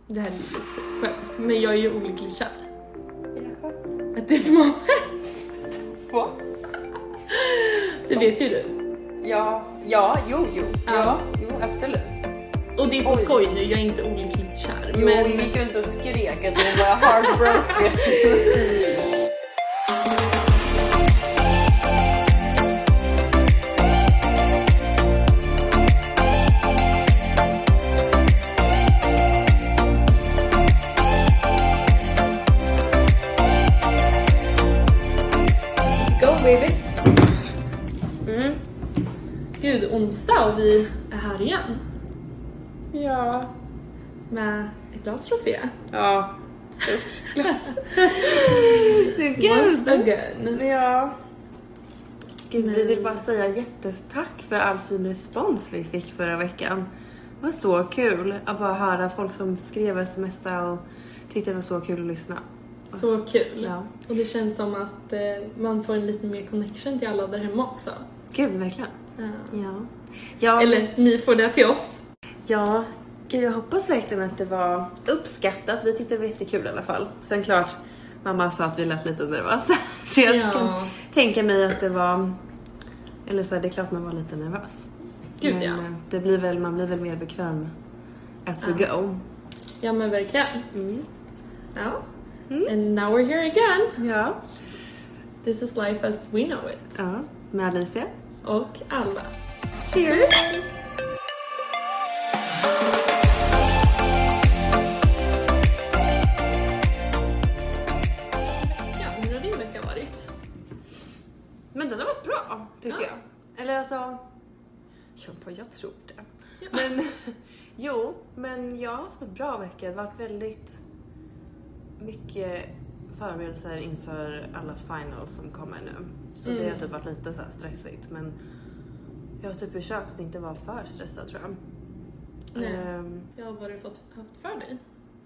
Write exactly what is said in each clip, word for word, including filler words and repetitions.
Det här är lite skönt, men jag är ju olyckligt kär. Jaha. Att det är små. Va? Det vet ju du. Ja, ja, jo, jo. Ja. Ja, jo, absolut. Och det är på Oj. skoj nu, jag är inte olyckligt kär. Jo, men... jag gick runt och skrek att det var heartbroken. Baby. Mm. Gud, onsdag och vi är här igen. Ja. Med ett glas rosé. Ja, stort glas. Once again. Ja. Gud, vi vill bara säga jättestack för all fin respons vi fick förra veckan. Det var så kul att bara höra folk som skrev smsa och tyckte det var så kul att lyssna. Så kul. Ja. Och det känns som att eh, man får en lite mer connection till alla där hemma också. Gud, verkligen. Ja. Ja. Ja. Eller ni får det till oss. Ja, gud, jag hoppas verkligen att det var uppskattat. Vi tyckte det var jättekul i alla fall. Sen klart, mamma sa att vi lät lite nervösa. Så jag Ja. kan tänka mig att det var... Eller så är det klart man var lite nervös. Gud, men ja. det blir väl, man blir väl mer bekväm as we Ja. go. Ja, men verkligen. Mm. Ja. Mm. And now we're here again. Ja. This is life as we know it. Ja, med Alicia. Och Alva. Cheers! Ja, hur har din vecka varit? Men den har varit bra, tycker Ja. jag. Eller alltså... Ja, vad jag tror det. Ja. Men... jo, men jag har haft en bra vecka. Det har varit väldigt... mycket förberedelser inför alla finals som kommer nu. Så Mm. det har typ varit lite så här stressigt. Men jag har typ försökt att inte vara för stressad, tror jag. Nej. Ehm, Ja, vad har du fått, haft för dig?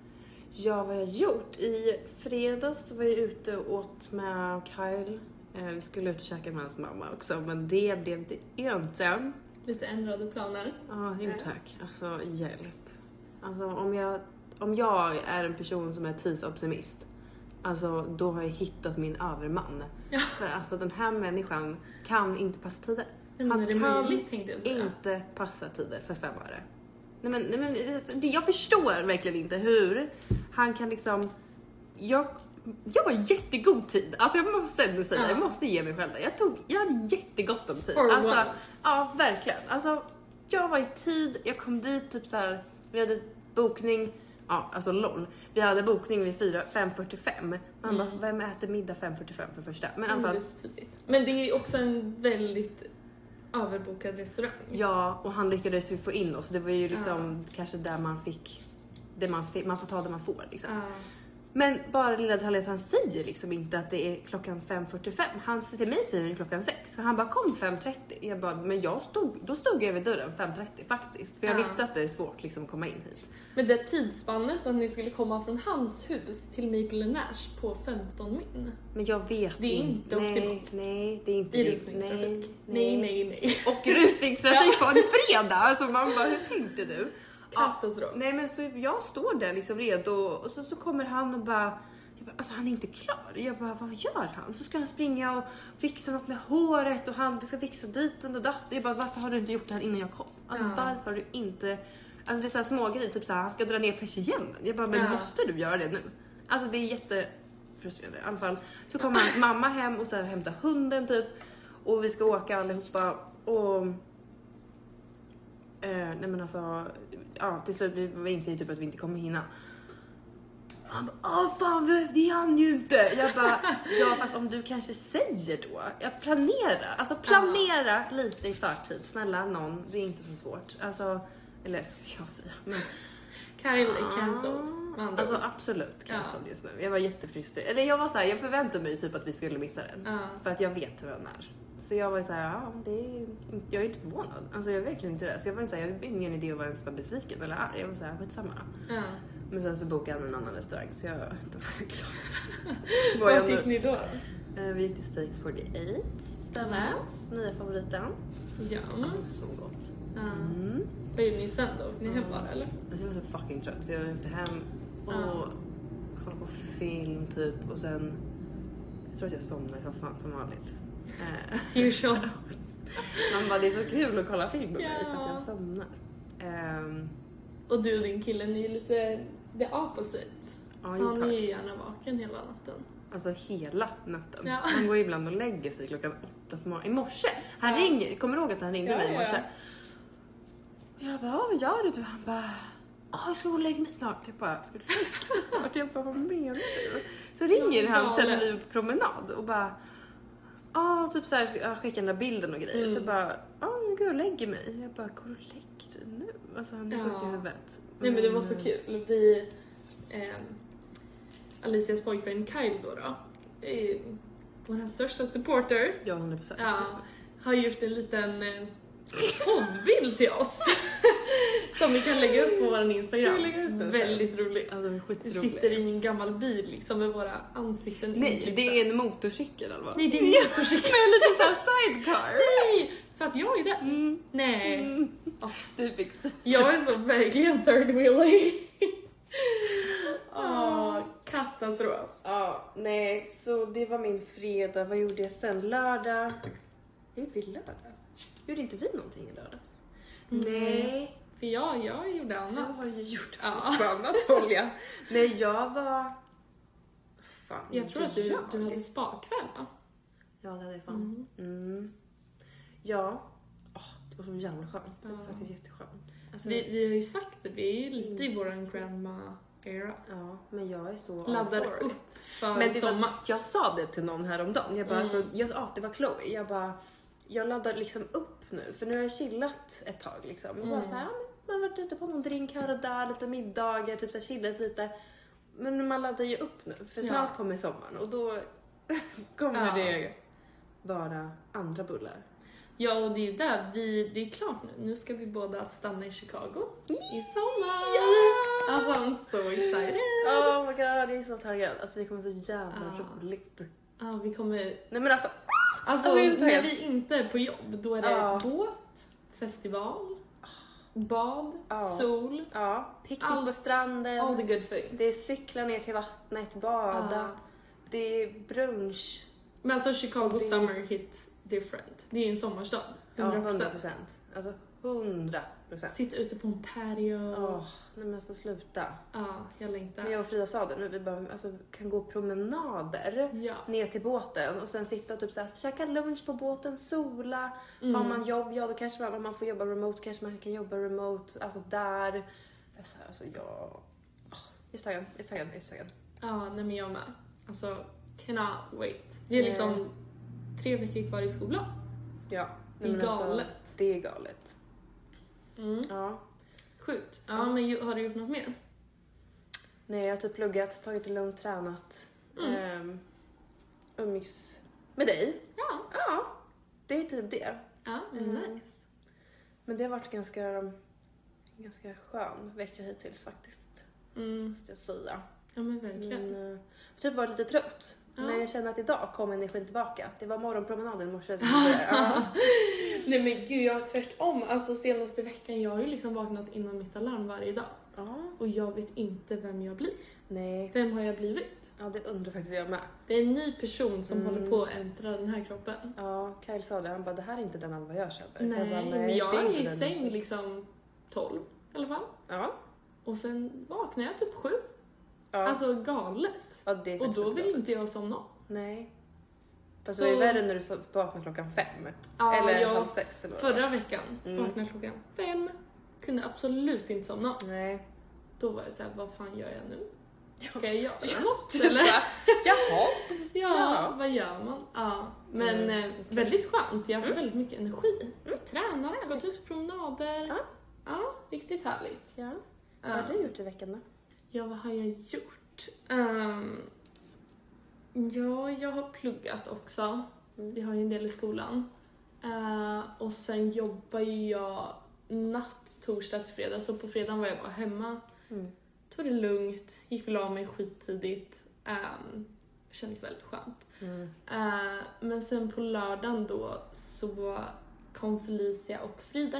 ja, vad jag har gjort? I fredags var jag ute och åt med Kyle. Eh, vi skulle ut och käka med hans mamma också. Men det blev det inte. Lite ändrade planer. Ja, jo Nej. tack. Alltså, hjälp. Alltså, om jag, om jag är en person som är tidsoptimist, alltså, då har jag hittat min överman. Ja. För alltså, den här människan kan inte passa tider. Nej, men Han är det kan möjligt, tänkte jag säga. inte passa tider för fem öre. Nej, men, nej, men det, jag förstår verkligen inte hur han kan liksom... Jag, jag var jättegod tid. Alltså jag måste ändå säga, Ja. jag måste ge mig själv det. Jag, tog, jag hade jättegott om tid. For Alltså, once. ja, verkligen. Alltså, jag var i tid, jag kom dit typ så här. Vi hade bokning, ja alltså LOL. Vi hade bokning vid fyra, fem fyrtiofem. Man bara, vem äter middag fem fyrtiofem för första? Men i alla Mm, fall, det är så tidigt. Men det är också en väldigt överbokad restaurang. ja, och han lyckades ju få in oss. Det var ju liksom kanske där man fick, det man fick, man får ta det man får liksom. Ja. Men bara lilla detaljen att han säger liksom inte att det är klockan fem fyrtiofem. Han till mig säger det klockan sex. Så han bara, kom fem trettio. Jag bara, men jag stod, då stod jag vid dörren fem trettio faktiskt. För jag Ja. visste att det är svårt liksom att komma in hit. Men det tidsspannet att ni skulle komma från hans hus till Maple and Nash på femton min. Men jag vet Det är inte nej, optimalt. nej, det är inte I det. rusningstrafik. Nej, nej, nej. Och rusningstrafik på en fredag. Alltså man bara, hur tänkte du? Katastrof. Nej, men så jag står där liksom redo och så, så kommer han och bara, jag bara, alltså han är inte klar. Jag bara, vad gör han? Så ska han springa och fixa något med håret och han ska fixa diten och datten. Jag bara, varför har du inte gjort det här innan jag kom? Alltså Ja. varför har du inte, alltså det är så här små grejer, typ så här, han ska dra ner persiennen. Jag bara, men Ja. måste du göra det nu? Alltså det är jättefrustrerande i alla fall. Så kommer hans mamma hem och så här, hämtar hunden typ och vi ska åka allihopa och Eh, nej men alltså, ja till slut vi, vi inser typ att vi inte kommer hinna. Han bara, åh fan det är han ju inte. Jag bara, ja fast om du kanske säger då. Jag planerar, alltså planera lite i förtid. Snälla någon, det är inte så svårt. Alltså, eller ska jag säga. Men, Kyle är cancelled. med andra alltså ord. absolut cancelled Ja. just nu. Jag var jättefrustrerad. Eller jag var så här, jag förväntade mig typ att vi skulle missa den. Ja. För att jag vet hur han är. Så jag var ju såhär, ja, det är, jag är inte förvånad. Alltså jag är verkligen inte det. Så jag var inte såhär, jag har ingen idé att vara ens vara besviken eller arg. Jag var såhär, skitsamma. Ja. Men sen så bokade han en annan restaurang så jag, då var jag klar. Vart gick ni då? Eh, Vi gick till Steak fyrtioåtta, Stavans, nya favoriten. Ja. Mm. Så gott. Ja. Mm. Vad gjorde ni sen då? Åkte ni hem bara eller? Jag var så fucking trött så jag åkte hem och Ja. kollade på film typ och sen jag tror att jag somnade i soffan som vanligt. Eh, As usual. Man bara, det är så kul att kolla film med mig Ja. för att jag somnar. Ehm, Och du och din kille, ni är lite the opposite. ja, jo, Han är tack. ju gärna vaken hela natten. Alltså hela natten. Ja. Han går ibland och lägger sig klockan åtta på morgonen. I morse. Han Ja. ringer. Kommer du ihåg att han ringde Ja, mig i ja, morse? ja. Jag bara, vad gör du? Han bara, "Ja, jag ska gå och lägga mig snart. Jag bara, ska du lägga mig snart? Jag bara, vad menar du? Så ringer Ja, han sen när galet. vi är på promenad och bara, ja typ såhär, jag skickar den där bilden och grejer. Mm. Så bara, ja nu går jag och lägger mig. Jag bara, går du och lägger dig nu? Alltså han är Ja. sjuk i huvudet. Nej men det var så kul. Vi, eh, Alicias pojkvän Kyle då då, eh, vår största supporter, Ja, hundra procent. ja, har gjort en liten eh, poddbild till oss. Som vi kan lägga upp på vår Instagram. Ska vi lägga ut den? Väldigt roligt. Alltså, det är Vi skitroligt. sitter i en gammal bil liksom med våra ansikten Nej, inklippta. det är en motorcykel eller vad? Nej, det är en motorcykel. Med lite såhär sidecar. Nej! Så att jag är där. Mm. Nej. Mm. Ja. Du fick se. Jag är så verkligen third wheeling. Åh, katastrof. Ja, nej, så det var min fredag. Vad gjorde jag sen? Lördag. Vad gjorde vi i lördags? Gjorde inte vi någonting i lördags? Mm. Nej, För jag, jag gjorde du annat. har ju gjort Ja. på annat håll, ja. Nej, jag var... Fan, Jag tror att du, jag? du hade spakväll va? Ja, det hade jag fan. Mm. Mm. Ja. Åh, det var så jävla skönt. Det var Ja. faktiskt jätteskönt. Alltså, Vi, vi har ju sagt det, vi är ju lite i våran grandma-era. Ja, men jag är så Laddar all for it. upp för Men det sommar. var, jag sa det till någon häromdagen. Jag bara, Mm. alltså, jag, ja, det var Chloe. Jag bara, jag laddar liksom upp nu. För nu har jag chillat ett tag liksom. Och bara Mm. så här, ja, men man har varit ute på någon drink här och där, lite middagar, typ så här, chillat lite. Men man laddar ju upp nu. För Ja. snart kommer sommaren och då kommer Ja. det vara andra bullar. Ja, och det är ju där, vi, det är klart nu. Nu ska vi båda stanna i Chicago i sommar. Ja! Alltså, I'm so excited. Oh my god, jag är så taggad. Alltså vi kommer så jävla Ja. roligt. Ja, vi kommer... Nej men alltså, Alltså, Alltså, jag är så när taggad. vi inte är på jobb, då är det Ja. båt, festival, bad, Ja. sol, ja, picknick Allt. på stranden. all the good things. Det är cykla ner till vattnet, bada. Ja. Det är brunch. Men alltså Chicago Det- summer hits different. Det är ju en sommarstad. Ja, hundra hundra procent. procent. Alltså hundra procent. Sitta ute på en patio. Åh, nej men alltså sluta. Ja, jag längtar. Men jag och Frida sa det nu, vi bara, alltså, kan gå promenader Ja. ner till båten och sen sitta och typ såhär, käka lunch på båten, sola. Mm. Har man jobb, ja då kanske man, om man får jobba remote kanske man kan jobba remote, alltså där. Alltså, alltså jag... åh, jag är så taggad, jag är så taggad, jag är så taggad. Ja, nej men jag med. Alltså, cannot wait. Vi är liksom Nej. tre veckor kvar i skolan. Ja. Det är nej, men alltså, galet. det är galet. Mm. Ja. Sjukt. Ja, men ju- har du gjort något mer? Nej, jag har typ pluggat, tagit det lugnt, tränat. Mm. Ehm, umgicks med dig. Ja. Ja, det är typ det. Ja, Mm. nice. Men det har varit ganska, ganska skön vecka hittills faktiskt, Mm. måste jag säga. Ja, men verkligen. Men, uh, typ var lite trött. Ja. Men jag känner att idag kom energin tillbaka. Det var morgonpromenaden i morse. som jag sa. Ja. Nej men gud, jag har tvärtom. Alltså senaste veckan, jag har ju liksom vaknat innan mitt alarm varje dag. Ja. Och jag vet inte vem jag blir. Nej, Vem har jag blivit? ja, det undrar faktiskt jag med. Det är en ny person som Mm. håller på att äntra den här kroppen. Ja, Kyle sa det. Han bara, det här är inte den Alva jag känner. Nej, jag bara, men jag det är inte i den säng jag känner. liksom tolv i alla fall. Ja. Och sen vaknar jag typ sju. Ja. Alltså galet. ja, det är Och faktiskt då vill galet. inte jag somna. Nej. Fast Så- det är värre när du så- vaknar klockan fem. Ja, eller jag, halv sex eller vad det var. förra veckan Mm. vaknade klockan fem. Kunde absolut inte somna. Nej. Då var jag såhär, vad fan gör jag nu? Ska jag göra något Typ eller? bara, Jaha. Ja, Ja. vad gör man? Ja, men Mm, eh, okej. väldigt skönt. Jag får Mm. väldigt mycket energi. Tränat, gått ut på promenader. Ja. Ja, riktigt härligt. Ja. Ja. Vad har du gjort i veckan då? Ja, vad har jag gjort? Ehm, ja, jag har pluggat också. Mm. Vi har ju en del i skolan. Eh, och sen jobbar ju jag natt, torsdag till fredag. Så på fredagen var jag bara hemma. Mm. Tog det lugnt, gick och la mig skittidigt. Um, kändes väldigt skönt. Mm. Eh, men sen på lördagen då så kom Felicia och Frida hit.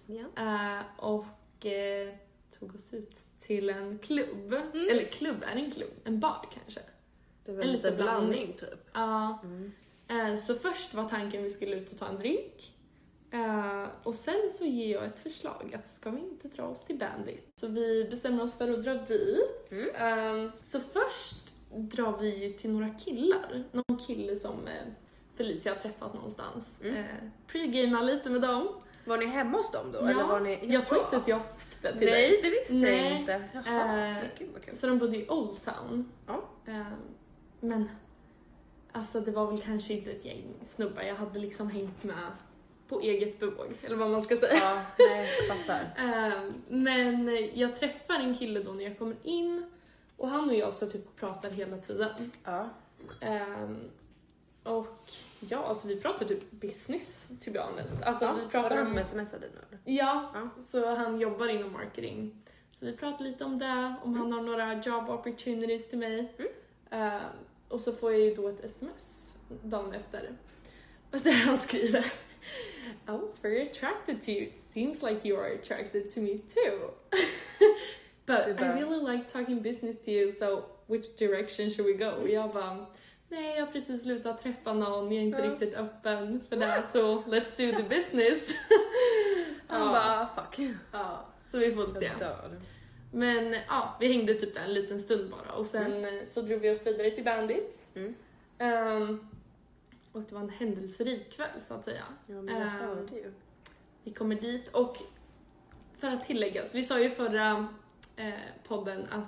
Ja. Uh, och uh, tog oss ut till en klubb. Mm. Eller klubb, är det en klubb? En bar kanske? Det var En lite liten blandning, blandning. typ. Ja. Mm. Uh, så först var tanken vi skulle ut och ta en drink. Uh, och sen så ger jag ett förslag att ska vi inte dra oss till Bandit? Så vi bestämmer oss för att dra dit. Mm. Uh, så först drar vi ju till några killar. Någon kille som uh, Felicia har träffat någonstans. Mm. Uh, pre-gamea lite med dem. Var ni hemma hos dem då? Ja, eller var ni... jag tror inte ens jag har sagt det till Nej, dig. det visste Nej. jag inte. Jaha, Uh, kul, vad kul. så de bodde i Old Town. Ja. Uh, men alltså det var väl kanske inte ett gäng snubbar. Jag hade liksom hängt med på eget bevåg, eller vad man ska säga. Ja, nej, jag fattar. uh, men jag träffar en kille då när jag kommer in. Och han och jag så typ pratar hela tiden. Ja. Um, och ja, alltså vi pratar typ business, to be honest. Alltså, Ja, vi var pratar det han om... som smsade dig nu? Ja, Ja. så han jobbar inom marketing. Så vi pratar lite om det, om han har några job opportunities till mig. Mm. Uh, och så får jag ju då ett sms dagen efter. Och där han skriver: I was very attracted to you. It seems like you are attracted to me too. But I really like talking business to you, so which direction should we go? Och jag bara, nej, jag har precis slutat träffa någon, jag är inte Ja. riktigt öppen för det, så let's do the business. Han Ja. bara, fuck. Ja, så vi får se. Jag dör. Men ja, vi hängde typ där en liten stund bara och sen mm. så drog vi oss vidare till Bandit. Mm. Um, och det var en händelserik kväll så att säga. Ja, men jag um, hörde ju. Vi kommer dit och för att tilläggas, vi sa ju förra eh, podden att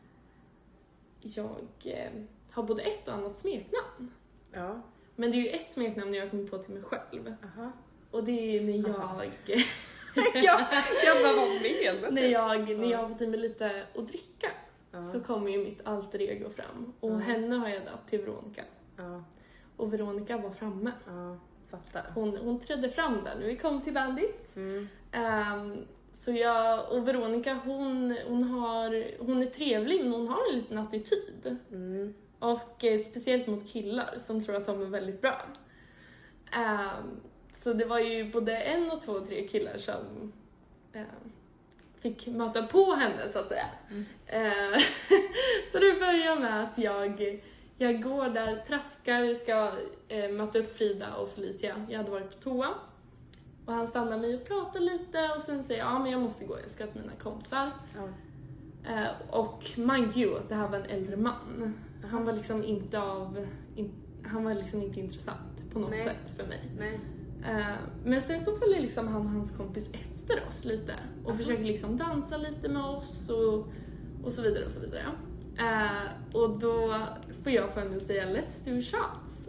jag eh, har både ett och annat smeknamn. Ja. Men det är ju ett smeknamn jag kommer på till mig själv. Aha. Och det är när jag... ja, jag bara, vad menar du? när jag, när jag har fått i mig lite att dricka. Ja. Så kommer ju mitt alter ego fram. Och Ja. henne har jag döpt till Veronica. Ja, Och Veronica var framme. ja, fattar. Hon, hon trädde fram där när vi kom till Bandit. Mm. Um, så jag och Veronica, hon, hon, har, hon är trevlig men hon har en liten attityd. Mm. Och eh, speciellt mot killar som tror att de är väldigt bra. Um, så det var ju både en och två och tre killar som um, fick möta på henne så att säga. Mm. Uh, så det börjar med att jag, jag går där, traskar, ska uh, möta upp Frida och Felicia. Jag hade varit på toa. Och han stannar mig och pratar lite och sen säger jag, ja men jag måste gå, jag ska till mina kompisar. Ja. Uh, och mind you, det här var en äldre man. Han var liksom inte av, in, han var liksom inte intressant på något Nej. sätt för mig. Nej. Uh, men sen så följer liksom han och hans kompis efter oss lite. Och Aha. försöker liksom dansa lite med oss och, och så vidare och så vidare. Uh, och då får jag för mig att säga, let's do shots.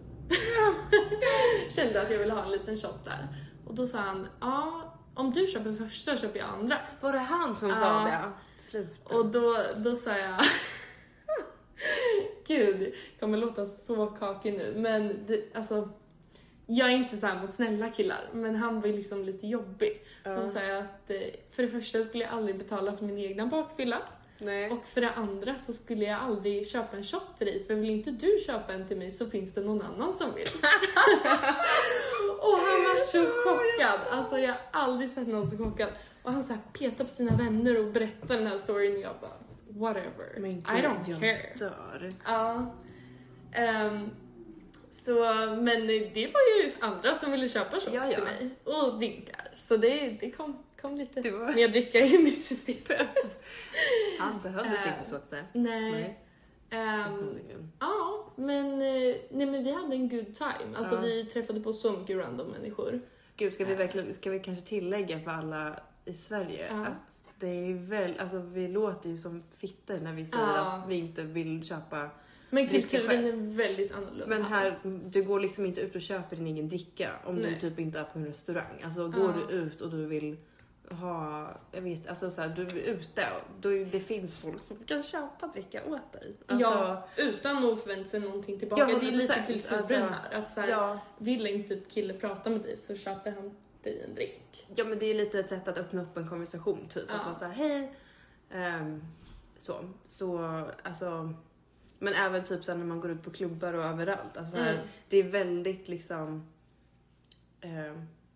Kände att jag ville ha en liten shot där. Och då sa han, ja, om du köper första köper jag andra. Var det han som Ja. sa det? Sluta. Och då, då sa jag, gud, det kommer låta så kakig nu, men det, alltså, jag är inte så här mot snälla killar, men han var ju liksom lite jobbig. Ja. Så sa jag att eh, för det första skulle jag aldrig betala för min egna bakfylla. Nej. Och för det andra så skulle jag aldrig köpa en shot till dig, för vill inte du köpa en till mig så finns det någon annan som vill. Och han var så chockad, alltså jag har aldrig sett någon så chockad. Och han så här petade på sina vänner och berättade den här storyn och jag bara, whatever, Men I gud, don't jag care. dör. Ja. Um, så, men det var ju andra som ville köpa shots Ja, ja. till mig och drinkar. Så det, det kom, kom lite Det var- mer dricka in i systemet. Han behövdes Äh. inte så att säga. Nej. Nej. Ehm, ja, men, eh, nej, men vi hade en good time. Alltså Ja. vi träffade på så mycket random människor. Gud, ska vi verkligen, ska vi kanske tillägga för alla i Sverige Ja. att det är väl, alltså vi låter ju som fitter när vi säger Ja. att vi inte vill köpa. Men Dricka kulturen själv. är väldigt annorlunda. Men här, du går liksom inte ut och köper din egen dricka om Nej. du typ inte är på en restaurang. Alltså Ja. går du ut och du vill ha, jag vet, alltså så här, du är ute och då, det finns folk som kan köpa dricka åt dig. Alltså, Ja, utan att förvänta sig någonting tillbaka. Ja, det är lite hundra procent. kulturen Alltså, här. Att så här, ja. vill en typ kille prata med dig så köper han dig en drink. Ja, men det är lite ett sätt att öppna upp en konversation typ. Ja. Att vara så här, hej. Ehm, så, så, alltså. Men även typ så här, när man går ut på klubbar och överallt. Alltså, så här, Mm. det är väldigt liksom. ehm,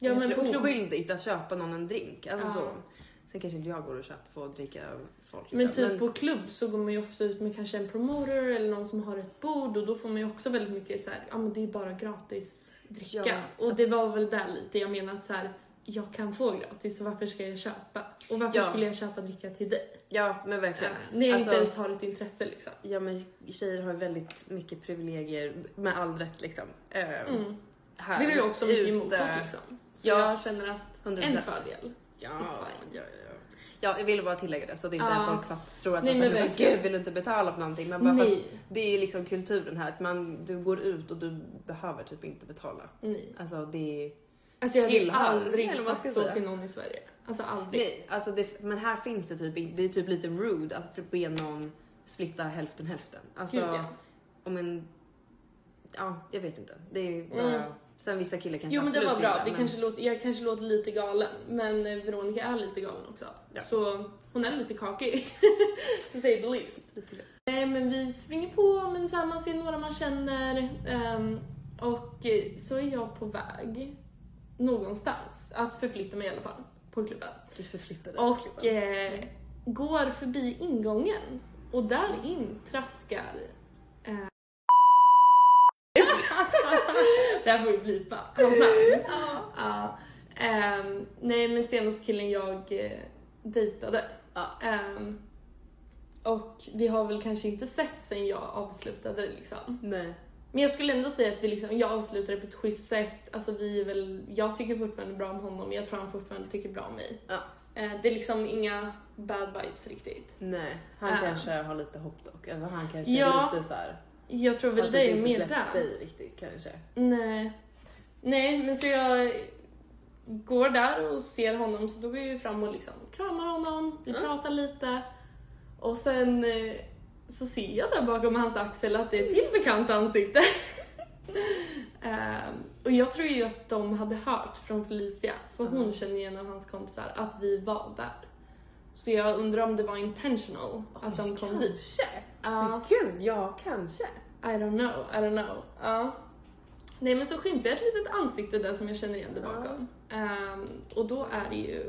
Ja, men på oskyldigt klubb... att köpa någon en drink. Alltså ja. så. Sen kanske inte jag går och köper för att dricka folk. Liksom. Men typ men... på klubb så går man ju ofta ut med kanske en promoter eller någon som har ett bord. Och då får man ju också väldigt mycket så här, ja men det är bara gratis dricka. Ja. Och det var väl där lite, jag menar att så här, jag kan få gratis, så varför ska jag köpa? Och varför ja. skulle jag köpa dricka till dig? Ja, men verkligen. Äh, när jag alltså, inte ens har ett intresse liksom. Ja, men tjejer har väldigt mycket privilegier, med all rätt liksom. Uh, mm. här, vi har ju också mycket emot oss liksom. Så ja, jag känner att hundra procent. En fördel. Ja, ja, ja, ja. Ja, jag ville bara tillägga det så att inte uh. folk fatt, tror att nej, man säger, gud vill du inte betala för någonting. Men bara fast, det är liksom kulturen här, att man, du går ut och du behöver typ inte betala. Nej. Alltså det är... Alltså jag har aldrig sagt så till någon i Sverige. Alltså aldrig. Nej, alltså det, men här finns det typ, det är typ lite rude att be någon splitta hälften hälften. Alltså, gud, ja. om en, ja, jag vet inte. Det är bara, mm. sen vissa killar kanske jo, men det var bra. Inte, det men... kanske låter, jag kanske låter lite galen, men Veronica är lite galen också. Ja. Så hon är lite kakig. To say the least. Nej, men vi springer på, men så här, man ser några man känner. Um, och så är jag på väg någonstans att förflytta mig i alla fall på klubben. Du förflyttade och klubben. Eh, mm. går förbi ingången och där in traskar eh, det här får vi blipa hans namn. Ja. Uh, um, nej, men senaste killen jag uh, dejtade. Ja. Um, och vi har väl kanske inte sett sen jag avslutade liksom. Nej. Men jag skulle ändå säga att vi liksom, jag avslutade på ett schysst sätt. Alltså vi är väl, jag tycker fortfarande bra om honom. Jag tror han fortfarande tycker bra om mig. Ja. Uh, det är liksom inga bad vibes riktigt. Nej, han uh, kanske har lite hopp dock. Eller han kanske ja, är lite så här. Jag tror väl det är mer där. Att dig riktigt kanske. Nej. Nej, men så jag går där och ser honom, så då går jag ju fram och liksom kramar honom. Vi mm. pratar lite. Och sen så ser jag där bakom hans axel att det är ett till bekant ansikte. um, och jag tror ju att de hade hört från Felicia, för mm. hon känner igen av hans kompisar, att vi var där. Så jag undrar om det var intentional oh, att de kom kanske. dit. Ja. Men gud, ja, kanske. I don't know, I don't know. Ja. Nej, men så skymtar jag ett litet ansikte där som jag känner igen där bakom. Ja. Um, och då är det ju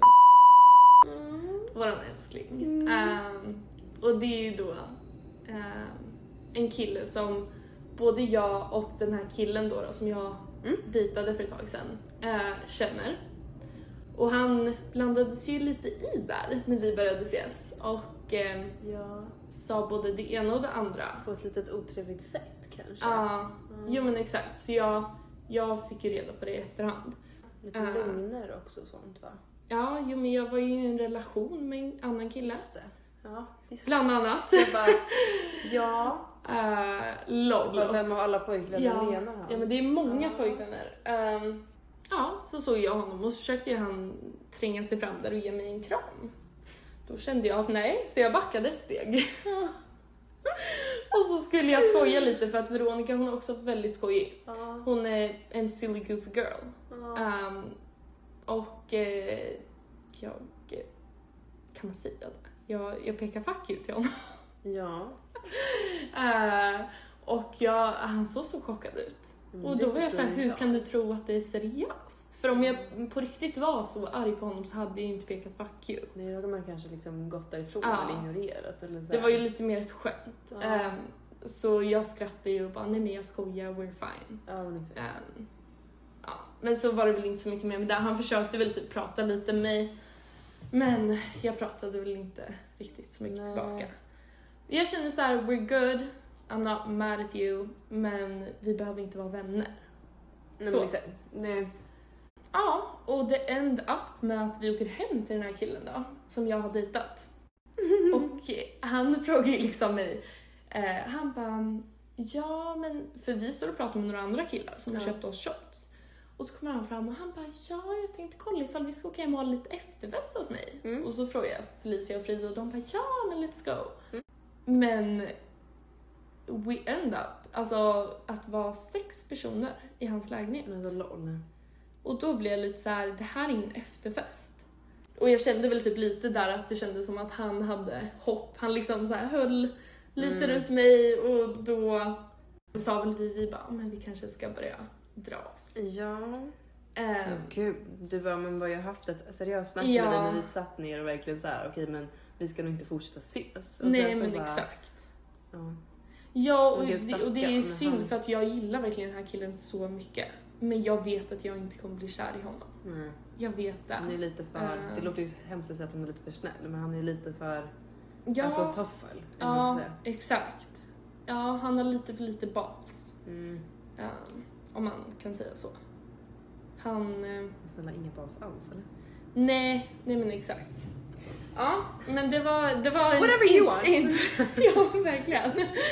mm. våran älskling. Mm. Um, och det är ju då um, en kille som både jag och den här killen då, då som jag mm. dejtade för ett tag sedan uh, känner. Och han blandades ju lite i där när vi började ses. Och eh, ja. sa både det ena och det andra. På ett litet otrevligt sätt kanske. Ja, uh, mm. jo men exakt. Så jag, jag fick ju reda på det i efterhand. Lite uh, lögner också och sånt va? Ja, jo men jag var ju i en relation med en annan kille. Just det. Ja, just bland annat. Jag bara, ja. Uh, log, log. Vem av alla pojkvänner ja. menar han? Ja, men det är många uh. pojkvänner. Um, Ja, så såg jag honom och så försökte han tränga sig fram där och ge mig en kram. Då kände jag att nej, så jag backade ett steg. Ja. Och så skulle jag skoja lite för att Veronica, hon är också väldigt skojig. Ja. Hon är en silly goofy girl. Ja. Um, och eh, jag, kan man säga det? Jag, jag pekar fuck you till honom. Ja. uh, och jag, han såg så chockad ut. Mm, och då var jag såhär, hur jag. kan du tro att det är seriöst? För om jag på riktigt var så arg på honom så hade jag inte pekat fuck you. Nej, då hade man kanske liksom gått därifrån ja. eller ignorerat. Eller så det var ju lite mer ett skämt. Ja. Um, så jag skrattade ju och bara, nej men jag skojar, we're fine. Ja, men exakt. Um, ja. Men så var det väl inte så mycket mer med det. Han försökte väl typ prata lite med mig. Men jag pratade väl inte riktigt så mycket nej. tillbaka. Jag kände så här, we're good. I'm not mad at you, men vi behöver inte vara vänner. Nej, så. Liksom, nej. Ja, och det end up med att vi åker hem till den här killen då, som jag har dejtat. Och han frågar ju liksom mig, eh, han bara, ja men, för vi står och pratar med några andra killar som ja. har köpt oss shots. Och så kommer han fram och han bara, ja jag tänkte kolla ifall vi ska åka hem och ha lite efterfest hos mig. Mm. Och så frågar jag Felicia och Frida och de bara, ja men let's go. Mm. Men we end up, alltså att vara sex personer i hans lägenhet. Men så lång. Och då blev jag lite så här, det här är ingen efterfest. Och jag kände väl typ lite där att det kändes som att han hade hopp. Han liksom så här höll lite mm. runt mig och då så sa väl vi, vi bara, men vi kanske ska börja dras. Ja. Um, oh, gud, du bara, men vad jag har haft ett seriöst snack ja. med dig när vi satt ner och verkligen så här, okej, okay, men vi ska nog inte fortsätta ses. Och nej men bara, exakt. Ja, ja och, Gud, det, och det är synd han... för att jag gillar verkligen den här killen så mycket. Men jag vet att jag inte kommer bli kär i honom. Nej. Jag vet det. Han är lite för, uh, det låter ju hemskt att säga att han är lite för snäll, men han är lite för, ja, alltså toffel. Ja, exakt. Ja, han har lite för lite balls. Mm. Um, om man kan säga så. Han... Uh, Snälla, inga balls alls, eller? Nej, nej men exakt. Ja, men det var... Det var whatever en, you want. En, ja, verkligen.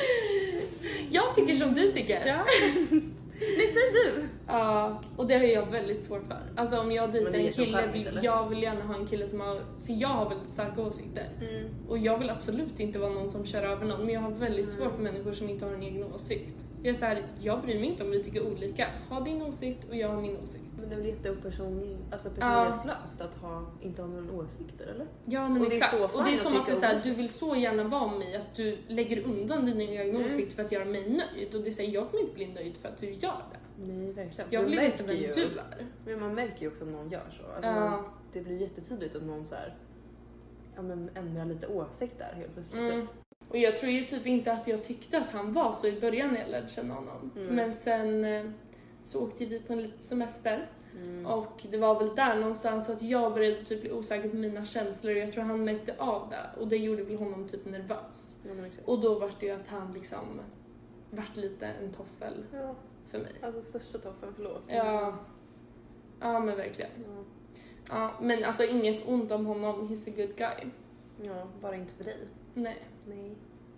Jag tycker som du tycker. Ja. Nej, säg du. Ja, och det har jag väldigt svårt för. Alltså om jag dejtar en kille, vill, jag vill gärna ha en kille som har... För jag har väldigt starka åsikter. Mm. Och jag vill absolut inte vara någon som kör över någon. Men jag har väldigt mm. svårt för människor som inte har en egen åsikt. Jag är så här, jag bryr mig inte om vi tycker olika. Ha din åsikt och jag har min åsikt. Men det är väl jätteoperson, alltså personlighetslöst att ha, inte ha några åsikter, eller? Ja, men och exakt. Det och det är som att du, så här, du vill så gärna vara mig att du lägger undan dina egna mm. åsikter för att göra mig nöjd. Och det säger jag kommer inte bli nöjd för att du gör det. Nej, verkligen. Jag vill veta vem ju, du är. Men man märker ju också om någon gör så. Alltså, uh. man, det blir jättetydligt att någon så här, ja, men ändrar lite åsikt där helt plötsligt. Mm. Och jag tror ju typ inte att jag tyckte att han var så i början när jag lärde känna honom. Mm. Men sen så åkte vi på en liten semester. Mm. Och det var väl där någonstans att jag började typ bli osäker på mina känslor. Jag tror han märkte av det. Och det gjorde väl honom typ nervös. Mm, och då var det ju att han liksom vart lite en toffel ja. för mig. Alltså största toffeln, förlåt. Ja, ja men verkligen. Ja. Ja, men alltså inget ont om honom. He's a good guy. Ja, bara inte för dig. Nej. Nej.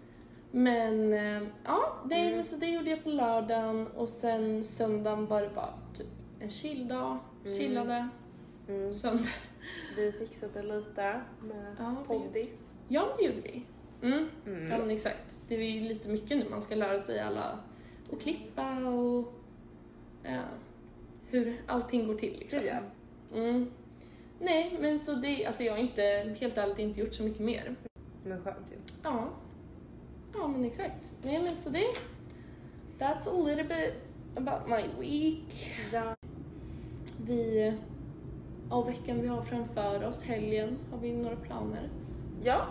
Men ja, det, mm. men så det gjorde jag på lördagen. Och sen söndagen var det bara typ en chilldag. Mm. Chillade. Mm. Söndag. Vi fixade lite med ja, poddis. Ja, det gjorde vi. Mm. Mm. Ja, men exakt. Det är ju lite mycket nu. Man ska lära sig alla och klippa och ja, hur allting går till liksom. Ja. Mm. Nej, men så det, alltså jag har inte, helt ärligt inte gjort så mycket mer. Men skönt ju. Ja. Ja, men exakt. Nej, men så det, that's a little bit about my week. Ja. Vi, av veckan vi har framför oss, helgen, har vi några planer? Ja.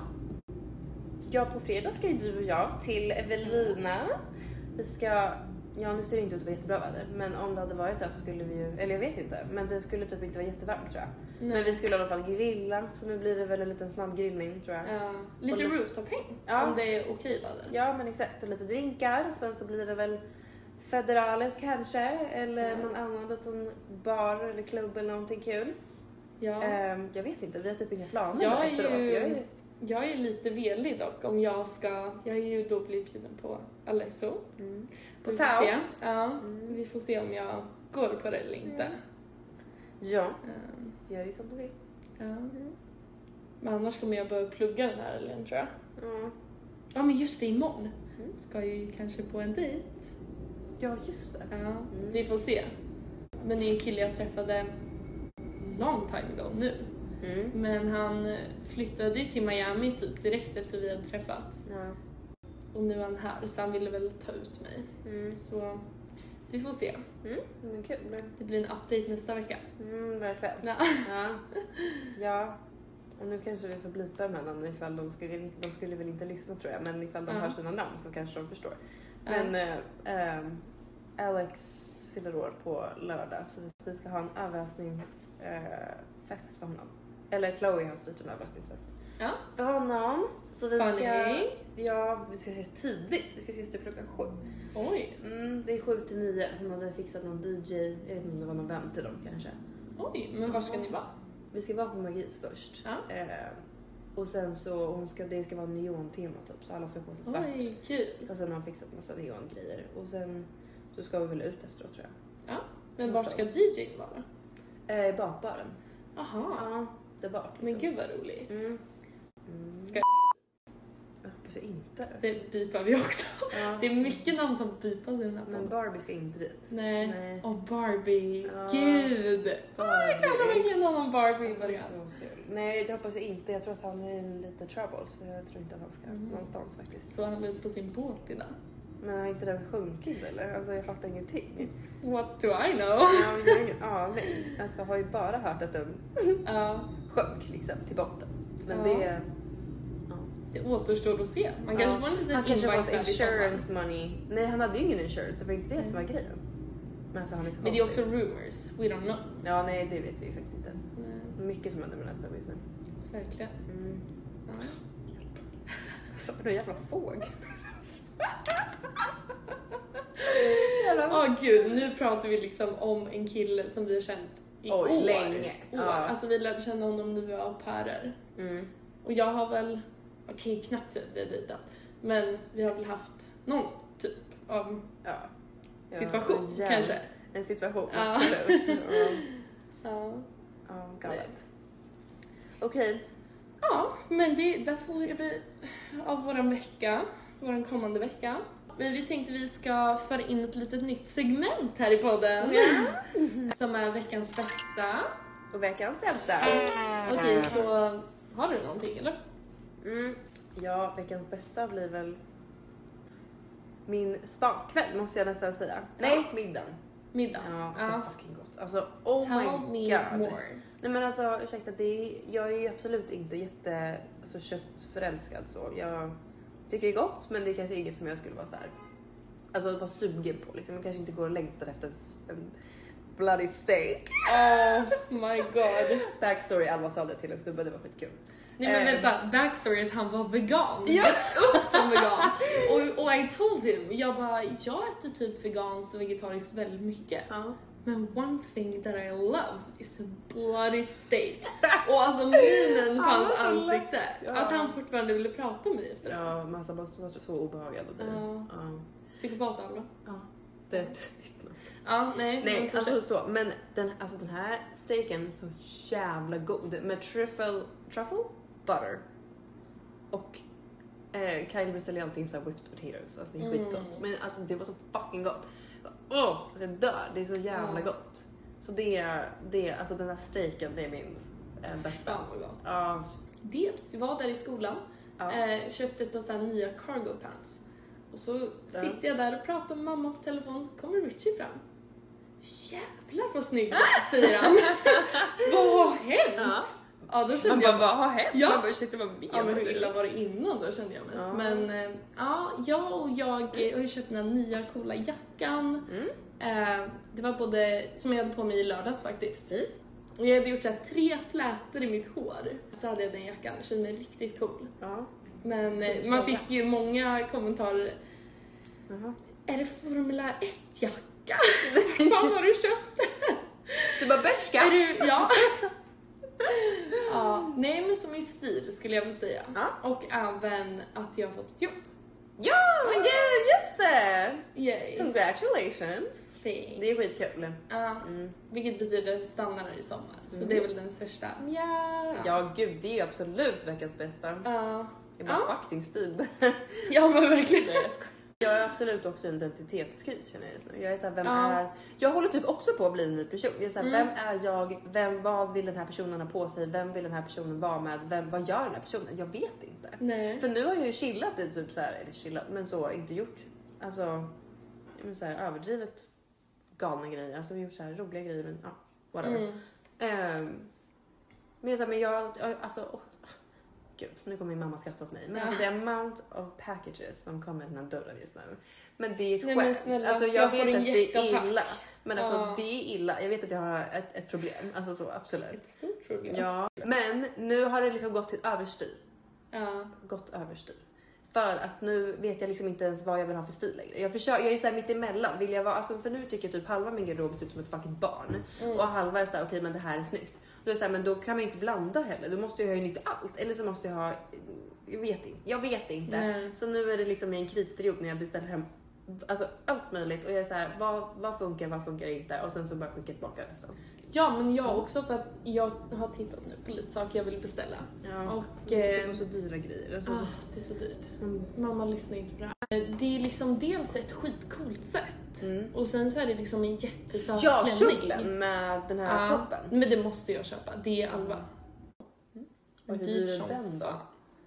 Ja, på fredag ska ju du och jag till Evelina. Vi ska, ja nu ser det inte ut att vara jättebra väder, men om det hade varit det så skulle vi ju, eller jag vet inte, men det skulle typ inte vara jättevarmt tror jag. Nej. Men vi skulle i alla fall grilla, så nu blir det väl en liten snabb grillning tror jag. Ja, lite och rooftop-häng, ja. Om det är okej väder. Ja, men exakt, och lite drinkar, och sen så blir det väl Federales kanske, eller ja. Någon annan liten bar eller klubb eller någonting kul. Ja. Um, jag vet inte, vi har typ inga planer jag efteråt. Ju... Jag är Jag är lite velig dock om jag ska, jag är ju då blivit bjuden på Alesso. Mm. På Tao. Ja, mm. Vi får se om jag går på det eller inte. Mm. Ja, um, gör det som du vill. Ja. Mm. Men annars kommer jag börja plugga den här eller tror jag. Mm. Ja, men just det, imorgon mm. ska ju kanske på en dejt. Ja, just det. Ja, mm. Vi får se. Men det är en kille jag träffade long time ago nu. Mm. Men han flyttade ju till Miami typ direkt efter vi hade träffats. Ja. Och nu är han här, så han ville väl ta ut mig. Mm. Så vi får se. Mm. Men kul. Men... Det blir en update nästa vecka. Mm, verkligen. Ja. Ja. Ja. Och nu kanske vi får blipa med namn ifall de skulle, de skulle väl inte lyssna tror jag. Men ifall de ja. Har sina namn så kanske de förstår. Ja. Men äh, äh, Alex fyller år på lördag, så vi ska ha en överraskningsfest äh, för honom. Eller Chloe har styrt en överraskningsfest. Ja. För honom. Så vi Funny. ska, ja, vi ska ses tidigt. Vi ska ses typ klockan sju. Oj. Mm, det är sju till nio. Hon hade fixat någon D J. Jag vet inte om det var någon vän till dem kanske. Oj, men var ska ni vara? Vi ska vara på Magis först. Ja. Eh, och sen så hon ska, det ska vara neon-tema typ. Så alla ska få sig svart. Oj, kul. Och sen har hon fixat massa neon-grejer. Och sen så ska vi väl ut efteråt tror jag. Ja, men var ska D J vara? Eh, bakbaren. Aha. Ja, det var liksom. Men gud vad roligt. Mm. Mm. Ska jag hoppas jag inte. Det bipar vi också. Ja. Det är mycket namn som bipas i den här. Men Barbie ska inte dit. Nej. Nej. Och Barbie. Ja. Gud. Barbie. Jag kan verkligen ha någon Barbie i början. Nej, det hoppas jag inte. Jag tror att han är en lite trouble. Så jag tror inte att han ska mm. någonstans faktiskt. Så han var ute på sin båt idag? Men har inte den sjunkit eller? Alltså jag fattar ingenting. What do I know? Ja, jag har ingen aning. Alltså har ju bara hört att den Ja. sjönk liksom till botten. Men Ja. det... Ja. Det återstår att se. Man kanske får en liten Han kanske invite fått där i sommar. insurance money. Nej, han hade ju ingen insurance. Det var inte det som var grejen. Men, alltså, han är så Men det är konstig. också rumors. We don't know. Ja, nej, det vet vi faktiskt inte. Nej, Mycket som händer med nästa vis nu. verkligen. Mm. Ja. Så du jävla fåg. Åh oh, gud, nu pratar vi liksom om en kille som vi har känt i Oj, år. länge. År. Ja. Alltså vi lärde känna honom när vi var au pairer. Mm. Och jag har väl, jag kan ju knappt säga att vi har dejtat, men vi har väl haft någon typ av Ja. situation Ja, kanske. En situation, Ja. absolut. Ja, Ja. ja galet. Okej. Ja, men det, det ska bli av våran vecka, våran kommande vecka. Men vi tänkte vi ska föra in ett litet nytt segment här i podden. Som är veckans bästa. Och veckans sämsta. Okej, så har du någonting eller? Mm. Ja, veckans bästa blir väl min spakväll måste jag nästan säga. Nej, middagen. Middagen. Ja, så Ja. fucking gott. Alltså, oh Tell my me god. more. Nej men alltså ursäkta, det är, jag är ju absolut inte jätte alltså, köttförälskad så. Jag tycker det är gott, men det är kanske inget som jag skulle vara så här. Alltså vara sugen på liksom. Jag kanske inte går och längtar efter en bloody steak. Oh my god. Backstory, Alva sa det till en snubbe, det var skitkul. Nej men Eh. vänta, backstory att han var vegan. Ja. Växt upp som vegan. Och, och I told him, jag bara, jag äter typ veganskt och vegetariskt väldigt mycket. Ja. Men one thing that I love is a bloody steak. Och alltså minen på Han hans var så ansikte. lätt, ja. Att han fortfarande ville prata med mig efter det. Ja, men alltså man måste vara så obehagad av det. Ja. Ja. Psykopat Alva. Ja. Det är ett nytt namn. Ja, nej. Nej, men alltså fortsätt. så. Men den, alltså den här steaken är så jävla god. Med truffle, truffle butter. Och eh, Kyle beställde alltid så här whipped potatoes. Alltså det är Mm. skitgott. Men alltså det var så fucking gott. Åh, oh, alltså jag dör. Det är så jävla Ja. gott. Så det, det, alltså den här steaken, det är min eh, bästa. Fan vad gott. Ja. Dels, jag var där i skolan. Ja. Eh, köpte ett par så här nya cargo pants. Och så sitter jag där och pratar med mamma på telefon, så kommer Richie fram. Jävlar vad snygg du är, säger han. Vad har hänt? Ja. Ja, då Man kände bara, jag... vad har hänt? Ja. Man bara, ursäkta, vad menar Ja, men hur du? illa var det innan då kände jag mest. Ja. Men eh, ja, jag och jag eh, har ju köpt den här nya coola jackan. Mm. Eh, det var både, som jag hade på mig i lördags faktiskt. Mm. Och jag hade gjort så här tre flätor i mitt hår. Så hade jag den jackan, jag kände mig riktigt cool. Ja. Men eh, Cool man källa. fick ju många kommentarer. Jaha. Är det formulär ett jacka? Vad har du köpt? Du bara, bärska. Är du, ja. Ja, nej men som i stil skulle jag väl säga. Ja. Och även att jag har fått ett jobb. Ja, men gud, just det! Yay. Congratulations! Thanks. Det är skitkul. Ja, Mm. vilket betyder att jag stannar här i sommar. Så Mm. det är väl den största. Ja. Ja, gud, det är ju absolut veckans bästa. Ja. Det är bara Ja. fucking stil. Ja men verkligen. Jag är absolut också en identitetskris känner jag just nu. Jag är såhär, vem Ja. är... Jag håller typ också på att bli en ny person. Jag är såhär, Mm. vem är jag? Vem, vad vill den här personen ha på sig? Vem vill den här personen vara med? Vem, vad gör den här personen? Jag vet inte. Nej. För nu har jag ju chillat i typ såhär, eller chillat, men så inte gjort. Alltså, men så här, överdrivet galna grejer. Alltså vi har gjort så här roliga grejer, men ja, whatever. Mm. Ehm, men jag, så här, men jag, jag alltså, oh, gud, nu kommer min mamma skratta åt mig. Men Ja. alltså the amount of packages som kommer till den här dörren just nu. Men det är ett Nej, men skämt. snälla, Alltså jag, jag får vet en att det är hjärtattack. illa. Men alltså Ja. det är illa. Jag vet att jag har ett, ett problem. Alltså så, absolut. Ett stort problem. Ja. Men nu har det liksom gått till överstyr. Ja. Gått överstyr. För att nu vet jag liksom inte ens vad jag vill ha för stil längre. Jag, försöker, jag är såhär mitt emellan. Vill jag vara, alltså för nu tycker jag typ halva min garderob ser ut som ett fucking barn. Mm. Och halva är såhär, okej okay, men det här är snyggt. Då är det såhär, men då kan man inte blanda heller. Då måste jag ha nytt allt. Eller så måste jag ha, jag vet inte. Jag vet inte. Nej. Så nu är det liksom i en krisperiod när jag beställer hem alltså allt möjligt. Och jag är såhär, vad, vad funkar, vad funkar inte? Och sen så bara skickar jag tillbaka resten. Ja men jag också, för att jag har tittat nu på lite saker jag vill beställa. Ja. Och Jag eh, tittar på så dyra grejer. Alltså, ah, det är så dyrt. mm. Mamma lyssnar inte på det här. Det är liksom dels ett skitcoolt sätt. Mm. Och sen så är det liksom en jättesöt Ja, klänning. kjolen med den här Ja, toppen. men det måste jag köpa. Det är Alva. Och hur dyr är den då?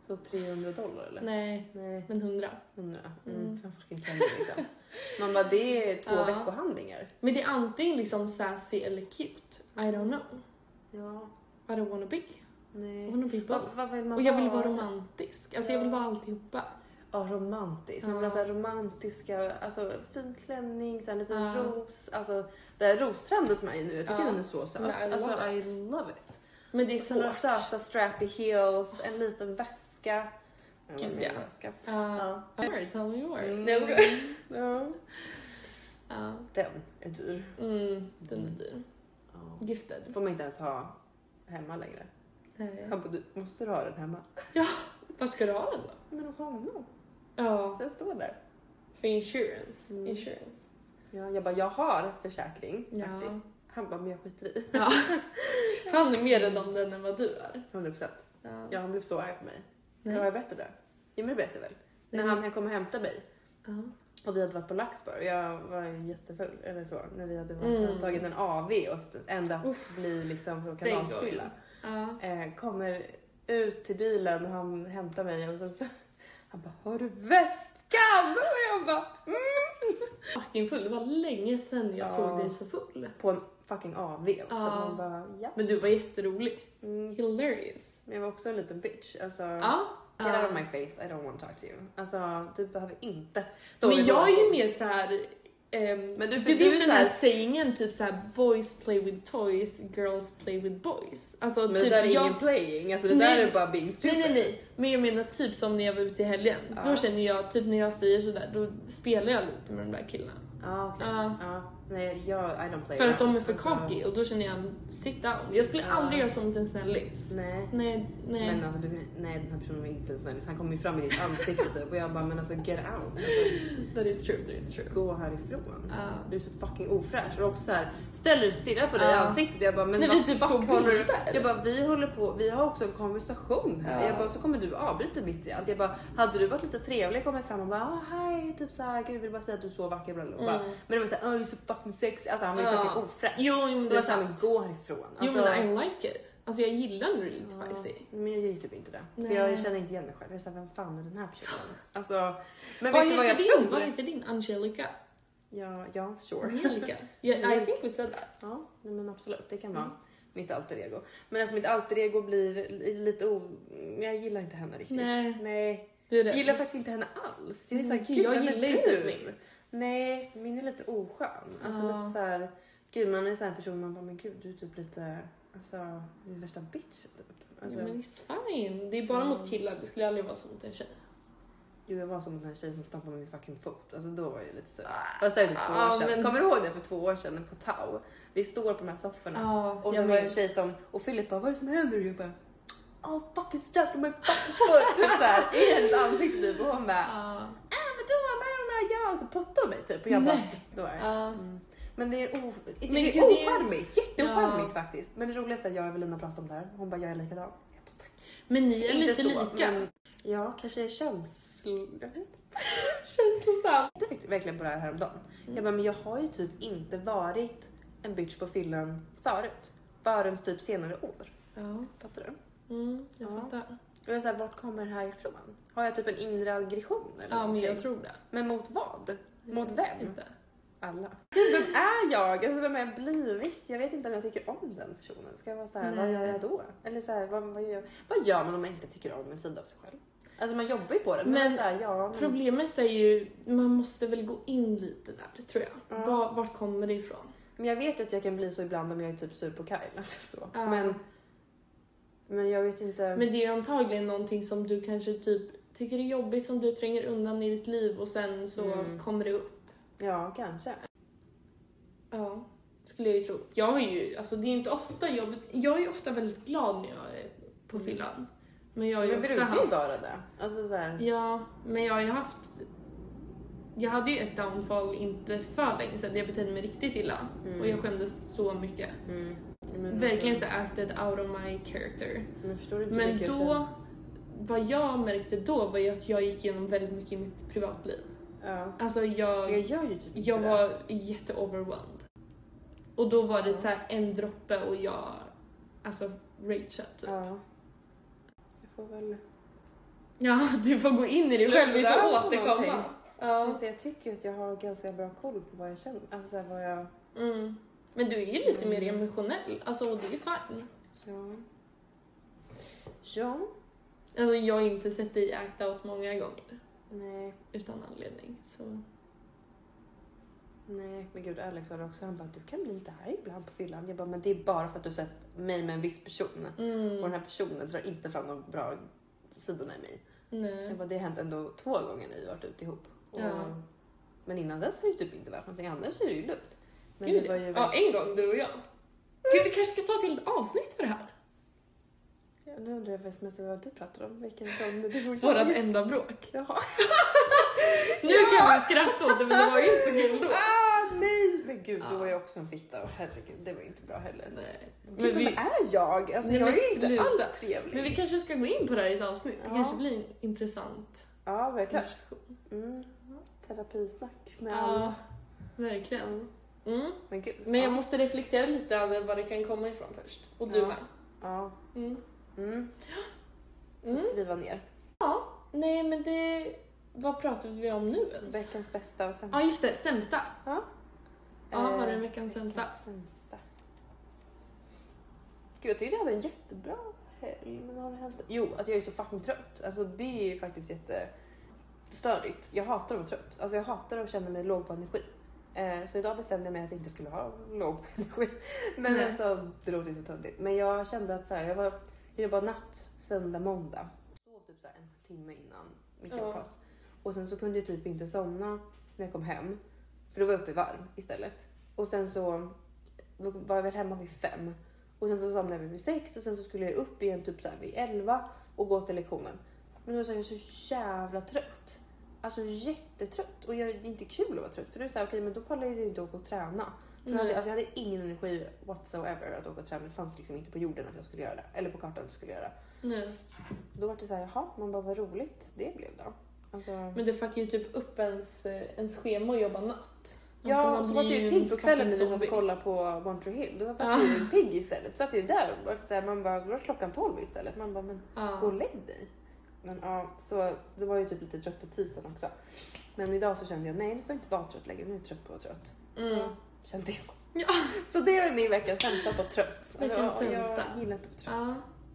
Så trehundra dollar eller? Nej, Nej. men hundra. hundra. Mm. Mm. Fan fucking klänning liksom. Man bara, det är två Ja. veckohandlingar. Men det är antingen liksom sassy eller cute. I don't know. Ja. I don't wanna be. I Nej. wanna be Vad, both. vad vill man Och jag vill vara? vara romantisk. Alltså jag vill vara alltihopa. Ja, romantisk. Man Ja. vill ha så här romantiska, alltså fin klänning, så här lite Ja. ros. Alltså det här rostrenden som är i nu, jag tycker Ja. den är så söt. Men I alltså love I it. love it. Men det är Så några svårt. söta strappy heels, en liten väska. Gud, Gud, ja. väska. Ja. Alright, tell me more. Mm. Nej, jag skojar. Ja. Ja. Den är dyr. Mm, den är dyr. Ja. Gifted. Får man inte ens ha hemma längre. Nej. Han bara, du måste du ha den hemma? Ja, var ska du ha den då? Men hos honom. Ja, Så jag står där. för insurance. Mm. Insurance. Ja, jag bara, jag har försäkring Ja. faktiskt. Han bara, men jag skiter i. Ja. Han är mer rädd om den än vad du är. hundra procent. Ja. Ja, han blev så arg på mig. Nej. Har jag berättat det? Ja, men det berättade jag väl. Nej. När han kom och hämtade mig. Ja. Och vi hade varit på Laxbar och jag var ju jättefull eller så. När vi hade varit, Mm. tagit en A V och st- ända Uff. bli liksom så Den kanalsfylla. Ja. Eh, kommer ut till bilen och han hämtar mig och så, så han bara, har du väskan? Och jag bara, mm. Fucking full. Det var länge sedan jag Ja. såg dig så full. På en fucking A V också. Ja. Man bara, ja. Men du var jätterolig. Mm. Hilarious. Men jag var också en liten bitch. Alltså, Ja. get Ja. out of my face, I don't want to talk to you. Alltså, du behöver inte stå Men vid jag är ju någon. mer så här. ehm, Men du- du för vet du är den så här här- sayingen typ så här: boys play with toys, girls play with boys. Alltså, Men typ, det där är jag... ingen playing, alltså det Nej. där är bara being Nej, stupid. nej, nej. Men jag menar typ som när jag var ute i helgen. Ja. Då känner jag, typ när jag säger sådär, då spelar jag lite med de där killarna. Ja, okej. Ja. Ja. Nej, jag, I don't play För att de är around. för Alltså, cocky och då känner jag, sit down. Jag skulle Ja. aldrig göra så mot en snällis. Nej. Nej, nej. Men alltså, du, nej, den här personen var inte en snällis. Han kom ju fram i ditt ansikte typ och jag bara, men alltså get out. Alltså, That is true, that is true. gå härifrån. Ja. Du är så fucking ofräsch. Och också så här, ställer du stirrar på dig i Ja. ansiktet. Jag bara, men När vad vi typ fuck tog håller du? bilder. Jag bara, vi håller på, vi har också en konversation här. Ja. Jag bara, så kommer du avbryta mitt i allt. Jag bara, hade du varit lite trevlig kommit fram och bara, ah, hej, typ så här, gud, jag vill bara säga att du är så vacker, bla, bla, bla. Mm. Men det var så här, oh, du är så fucking sexy. Alltså han var ju Ja. fucking ofräsch. Jo, men Det det var är såhär, men sant. gå härifrån. Alltså, Jo, men I like it. Alltså jag gillar när du är lite ja, feisty. men jag gör ju typ inte det. Nej. För jag känner inte igen mig själv. Jag är såhär, vem fan är den här personen? Alltså, men Vad vet du vad jag heter din? tror? Vad heter din? Angelica? Ja, ja, sure. Angelica? Yeah, I think we said that. Ja, nej, men absolut. Det kan vara Mm. mitt alter ego. Men alltså mitt alter ego blir li- lite o... Jag gillar inte henne riktigt. Nej. Nej. Du är Jag det. gillar faktiskt inte henne alls. Det är så här, Mm, gud, gud, jag vem är gillar ju du? typ mitt. Nej, min är lite oskön. Alltså Ja. lite så här... Gud, man är en sån här person man bara, men gud, du är typ lite... Alltså, du är värsta bitch typ. Alltså, Ja, men it's fine. Det är bara Mm. mot killar. Det skulle aldrig vara som mot en tjej. Jo, jag var som den här tjejen som stampade med min fucking fot. Alltså då var jag lite så. Fast det är typ två Ja, år sedan. men- Kommer du ihåg det för två år sedan på Tau? Vi står på de här sofforna. Ja, Och så jag var det en minns. tjej som, och Filip bara, vad är det som händer? Och jag bara, oh fucking stuck in my fucking foot. Typ såhär, i hennes ansikte typ. Och hon bara, Ja. ah men då, vad ja. Och så puttade hon mig typ. Och jag bara, Nej. då är Ja. mm. Men det är, o, det Men är gud, det är- ocharmigt, jätteocharmigt Ja. faktiskt. Men det roligaste är att jag och Evelina pratade om det här. Hon bara, jag är likadan. Jag bara, tack. Men ni är Inte lite så, lika. men ja, kanske är känslor. Jag vet inte. Känslosamt. Jag tänkte verkligen på det här häromdagen. Mm. Jag bara, men jag har ju typ inte varit en bitch på fyllan förut. Förrän typ senare år. Ja. Fattar du? Mm, jag Ja. fattar. Och jag är såhär, vart kommer det här ifrån? Har jag typ en inre aggression eller Ja, men någonting? jag tror det. Men mot vad? Mot Jag vem? vet inte. Alla. Gud, vem är jag? Alltså, vem har jag blivit? Jag vet inte om jag tycker om den personen. Ska jag vara såhär, vad Nej. gör jag då? Eller såhär, vad, vad, gör, vad gör man om man inte tycker om en sida av sig själv? Alltså man jobbar ju på det. Men, Men så här, ja, men, Problemet är ju, man måste väl gå in lite där, tror jag. Ja. Var, vart kommer det ifrån? men jag vet ju att jag kan bli så ibland om jag är typ sur på Kyle. Alltså så. Ja. Men, men jag vet inte. Men det är antagligen någonting som du kanske typ tycker är jobbigt, som du tränger undan i ditt liv och sen så Mm. kommer det upp. Ja, kanske. Ja, skulle jag ju tro. Jag har ju, alltså det är inte ofta jag, jag är ju ofta väldigt glad när jag är på Mm. fyllan. Men jag har ju Men också brukar ju haft... vara det. Alltså så här. Ja, men jag har ju haft... Jag hade ju ett downfall inte för länge sedan, det betedde mig riktigt illa. Mm. Och jag skämdes så mycket. Mm. Men, Verkligen så acted out of my character. Men förstår du inte Men vilka jag då, känner? vad jag märkte då var ju att jag gick igenom väldigt mycket i mitt privatliv. Ja. Alltså jag, Jag gör ju typ inte jag det. var jätteoverwhelmed. Och då var det Ja. så här en droppe och jag, alltså rageade typ. Ja. Jag får väl Ja, du får gå in i dig själv, vi får återkomma. Ja. Alltså, jag tycker att jag har ganska bra koll på vad jag känner. Alltså så här, vad jag... Mm. Men du är ju lite mm. mer emotionell, alltså och det är fine. Ja. Ja. Alltså jag har inte sett dig act out många gånger. Nej. Utan anledning, så... Nej, men gud, Alex var också, han bara, du kan bli lite här ibland på fyllan. Jag bara, men det är bara för att du sett mig med en viss person. Mm. Och den här personen drar inte fram de bra sidorna i mig. Nej. Jag bara, det har hänt ändå två gånger när vi varit ute ihop. Och, ja. Men innan dess har det typ inte varit någonting, annars är det ju lugnt. Men gud, det var ju ja, en gång du och jag. Gud, vi kanske ska ta till ett avsnitt för det här. Ja, nu undrar jag mest vad du pratar om. Vilken gång det var. Vårat enda bråk. Jaha. Nu kan vi skratta åt det, men det var ju inte så kul då. Ah, nej. Men gud, du var ju också en fitta. Och herregud, det var inte bra heller. Nej. Gud, men vi... vem är jag? Alltså, nej, jag är inte sluta. alls trevlig. Men vi kanske ska gå in på det här i ett avsnitt. Det ja. kanske blir intressant. Ja, verkligen. Mm. Terapisnack med ja, alla. Verkligen. Mm. Men, gud, men jag ja. måste reflektera lite över var det kan komma ifrån först. Och du ja. med. Ja. Mm. Mm. Mm. Skriva ner. Ja, nej men det... Vad pratade vi om nu ens? Veckans bästa och sämsta. Ja, just det. Sämsta. Ja. Ja, har du en veckans sämsta? Veckans sämsta. Gud, jag tyckte jag hade en jättebra helg. Men har det hänt? Jo, att jag är så fucking trött. Alltså det är faktiskt jättestörigt. Jag hatar att vara trött. Alltså jag hatar att känna mig låg på energi. Eh, så idag bestämde jag mig att jag inte skulle ha låg på energi. Men nej. Alltså, det låter så töntigt. Men jag kände att så här, jag var jag jobbade natt, söndag, måndag. Så typ så här en timme innan mitt jobbpass. Ja. Och sen så kunde jag typ inte somna när jag kom hem. För då var jag uppe i varv istället. Och sen så var jag väl hemma vid fem. Och sen så somnade jag vid sex. Och sen så skulle jag upp igen typ så här vid elva. Och gå till lektionen. Men då var jag så jävla trött. Alltså jättetrött. Och jag, det är inte kul att vara trött. För du sa okej, okay, men då pallar jag inte åka och träna. För jag, hade, alltså, jag hade ingen energi whatsoever att åka och träna. Det fanns liksom inte på jorden att jag skulle göra det. Eller på kartan att jag skulle göra det. Nej. Då var det så här, jaha, man bara vad roligt det blev då. Alltså... Men det fuckar ju typ upp ens, ens schema att jobba natt. Ja, alltså så var det ju pigg på kvällen när vi satt och kollade på One Tree Hill. Då var det ja. ju pigg istället. Så att det är där och så här, man bara, går klockan tolv istället. Man bara, men ja. gå och lägg dig. Men ja, så det var ju typ lite trött på tisdagen också. Men idag så kände jag, nej nu får jag inte vara trött längre. Nu är jag trött på att vara trött. Mm. Så kände jag. Ja. Så det var min vecka sämsta på trött. Veckans alltså, jag, sämsta. jag gillar inte på trött. Ja.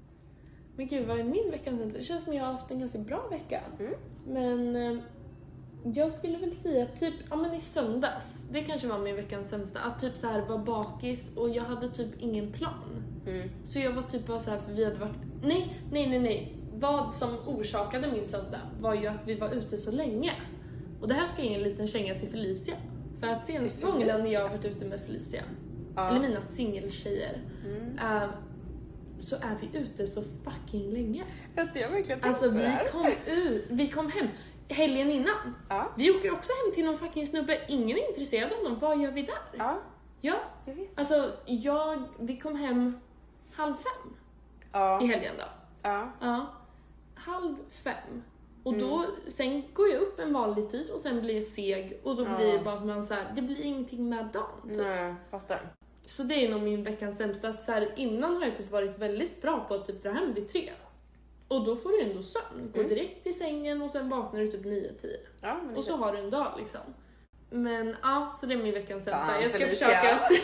Men gud, vad är min veckans sämsta? Det känns som jag har haft en ganska bra vecka. Mm. Men eh, jag skulle väl säga typ, ja men i söndags. Det kanske var min veckans sämsta. Att typ så här var bakis och jag hade typ ingen plan. Mm. Så jag var typ bara så här, för vi hade varit... Nej, nej, nej, nej. Vad som orsakade min söndag var ju att vi var ute så länge. Och det här ska ge en liten känga till Felicia. För att senaste gången när jag har varit ute med Felicia, ja. eller mina singeltjejer, mm. uh, så är vi ute så fucking länge. Jag har verkligen alltså vi kom ut, vi kom hem helgen innan. Ja. Vi åker också hem till någon fucking snubbe. Ingen är intresserad av honom. Vad gör vi där? Ja. Ja. Jag vet. Alltså jag, vi kom hem halv fem ja. i helgen då. Ja. Ja. Halv fem. Och då, mm. sen går jag upp en vanlig tid och sen blir jag seg. Och då ja. blir det bara att man så här, det blir ingenting med dagen. Typ. Nej, fattar. Så det är nog min veckans sämsta. Att så här, innan har jag typ varit väldigt bra på att typ dra hem vid tre. Och då får du ändå sömn. Gå mm. direkt till sängen och sen vaknar du typ nio tio. Ja, och så har du en dag liksom. Men ja, så det är min veckans sämsta. Fan, jag ska Felicia. försöka att...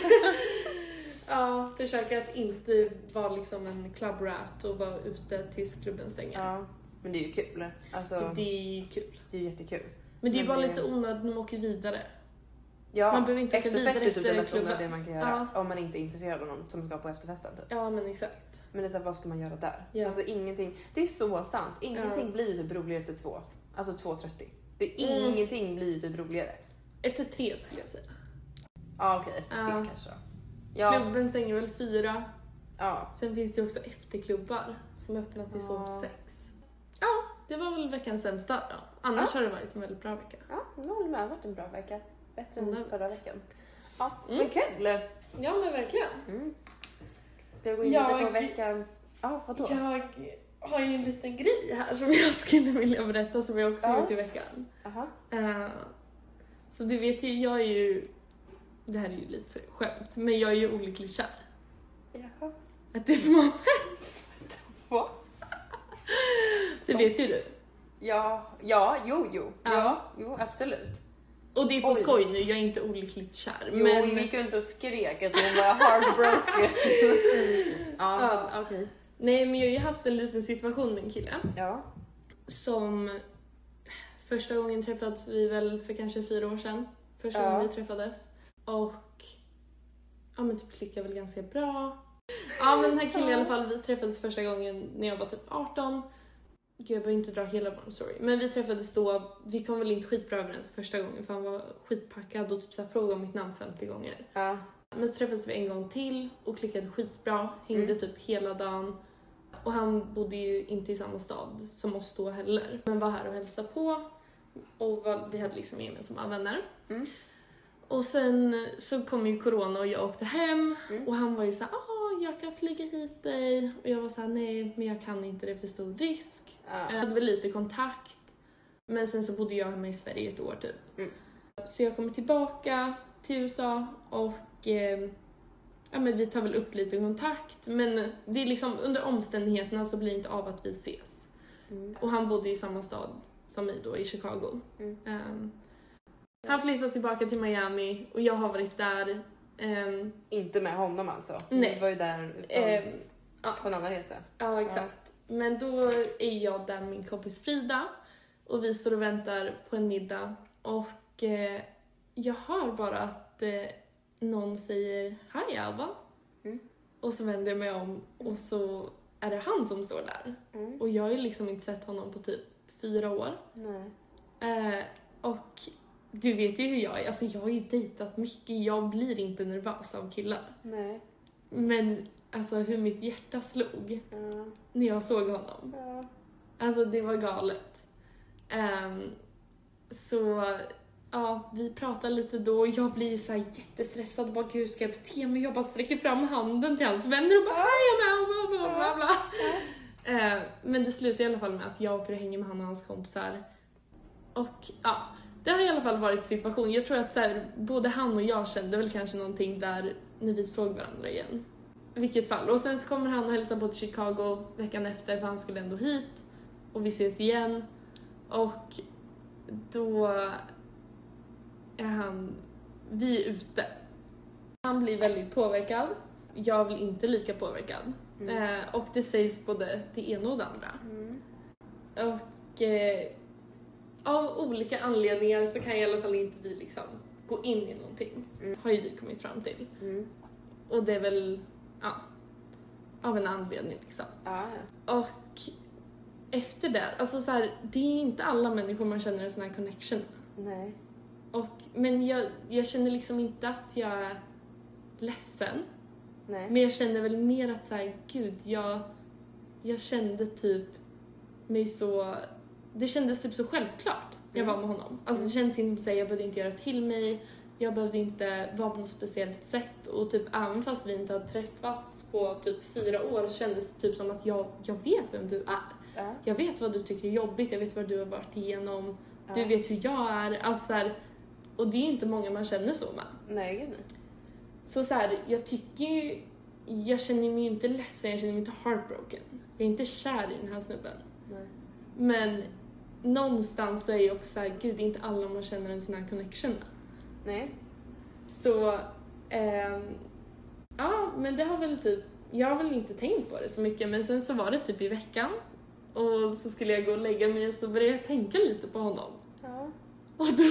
ja, försöka att inte vara liksom en club rat och vara ute tills klubben stänger. Ja, men det är ju kul. Alltså, det är kul. Det är jättekul. Men det är men bara det... lite onödigt när man åker vidare. Ja, man behöver inte åka vidare efterfest är typ det mest klubben. onödiga man kan göra. Ja. Om man inte är intresserad av någon som ska på efterfesten typ. Ja, men exakt. Men det är så här, vad ska man göra där? Ja. Alltså ingenting. Det är så sant. Ingenting ja. blir ju typ roligare efter två. Alltså två trettio. Det är mm. ingenting blir ju typ roligare. Efter tre skulle jag säga. Ja, okej. Efter tre ja. kanske. Ja. Klubben stänger väl fyra. Ja. Sen finns det också efterklubbar som öppnar till ja. så sex. Ja, det var väl veckans sämsta då. Annars ja. har det varit en väldigt bra vecka. Ja, det har med varit en bra vecka. Bättre än förra veckan. Ja, mm. men kul. Ja, men verkligen. Mm. Ska jag gå in jag, lite på veckans... Ja, ah, vadå? Jag har ju en liten grej här som jag skulle vilja berätta som jag också ja. gjort i veckan. Aha. Uh, så du vet ju, jag är ju... Det här är ju lite skämt, men jag är ju olyckligt kär. Jaha. Att det är små. Vad? Det vet ju du. Ja, ja, jo, jo. Ja. Ja, jo, absolut. Och det är på Oj. skoj nu, jag är inte olyckligt kär. Jo, men... hon gick runt och skrek att hon var heartbroken. ja, Ja. men, okej. Nej, men jag har ju haft en liten situation med en kille. Ja. Som första gången träffades vi väl för kanske fyra år sedan. Första Ja. gången vi träffades. Och ja, men typ klickade väl ganska bra. Ja, men den här killen i alla fall, vi träffades första gången när jag var typ arton. Gud, jag behöver inte dra hela vår story. Men vi träffades då, vi kom väl inte skitbra överens första gången för han var skitpackad och typ så här frågade om mitt namn femtio gånger. Ja. Men så träffades vi en gång till och klickade skitbra, hängde Mm. typ hela dagen. Och han bodde ju inte i samma stad som oss då heller. Men var här och hälsade på. Och var, vi hade liksom gemensamma vänner. Mm. Och sen så kom ju corona och jag åkte hem. Mm. Och han var ju såhär, ah, jag kan flyga hit dig. Och jag var såhär, nej men jag kan inte, det är för stor risk. Ja. Jag hade väl lite kontakt. Men sen så bodde jag hemma i Sverige ett år typ. Mm. Så jag kommer tillbaka till U S A och eh, ja, men vi tar väl upp lite kontakt. Men det är liksom under omständigheterna så blir det inte av att vi ses. Mm. Och han bodde i samma stad som mig då, i Chicago. Mm. Um, han flyttade tillbaka till Miami och jag har varit där. Um, Inte med honom alltså? Nej. Du var ju där utan, um, ja, på en annan resa. ja, exakt. Men då är jag där med min kompis Frida. Och vi står och väntar på en middag. Och eh, jag hör bara att eh, någon säger hej Alva. Mm. Och så vänder jag mig om och så är det han som står där. Mm. Och jag har ju liksom inte sett honom på typ fyra år. Nej. Eh, och du vet ju hur jag är. Alltså jag har ju dejtat mycket. Jag blir inte nervös av killar. Nej. Men alltså hur mitt hjärta slog Ja. när jag såg honom. Ja. Alltså det var galet. Ehm, så ja, vi pratar lite då och jag blir ju så här jättestressad och bara gud, hur ska jag bete mig? Jag bara sträcker fram handen till hans vänner och bara hej Amal, bla bla bla bla. Ehm, men det slutar i alla fall med att jag åker och hänger med han och hans kompisar. Och ja, det har i alla fall varit situation. Jag tror att så här, både han och jag kände väl kanske någonting där när vi såg varandra igen. I vilket fall. Och sen så kommer han och hälsar på till Chicago veckan efter för han skulle ändå hit. Och vi ses igen. Och då är han, vi är ute. Han blir väldigt påverkad. Jag blir inte lika påverkad. Mm. Eh, och det sägs både det ena och det andra. Mm. Och eh, av olika anledningar så kan i alla fall inte vi liksom gå in i någonting. Mm. Har ju vi kommit fram till. Mm. Och det är väl, ja, av en anledning liksom. Ja. Och efter det, alltså så här, det är inte alla människor man känner en sån här connection med. Nej. Och, men jag, jag känner liksom inte att jag är ledsen. Nej. Men jag känner väl mer att så här, gud, jag, jag kände typ mig så, det kändes typ så självklart när jag Mm. var med honom. Alltså det kändes inte som att jag behövde inte göra till mig, jag behövde inte vara på något speciellt sätt. Och typ även fast vi inte hade träffats på typ fyra år så kändes det typ som att jag, jag vet vem du är. Ja. Jag vet vad du tycker är jobbigt, jag vet vad du har varit igenom. Ja. Du vet hur jag är. Alltså så här, och det är inte många man känner så med. Nej, gud nej. Så så här, jag tycker ju, jag känner mig inte ledsen, jag känner mig inte heartbroken. Jag är inte kär i den här snubben. Nej. Men någonstans så är jag också så här, gud, det är inte alla man känner en sån här connection med. Nej. Så, ehm, ja, men det har väl typ, jag har väl inte tänkt på det så mycket, men sen så var det typ i veckan. Och så skulle jag gå och lägga mig och så började jag tänka lite på honom. Ja. Och då,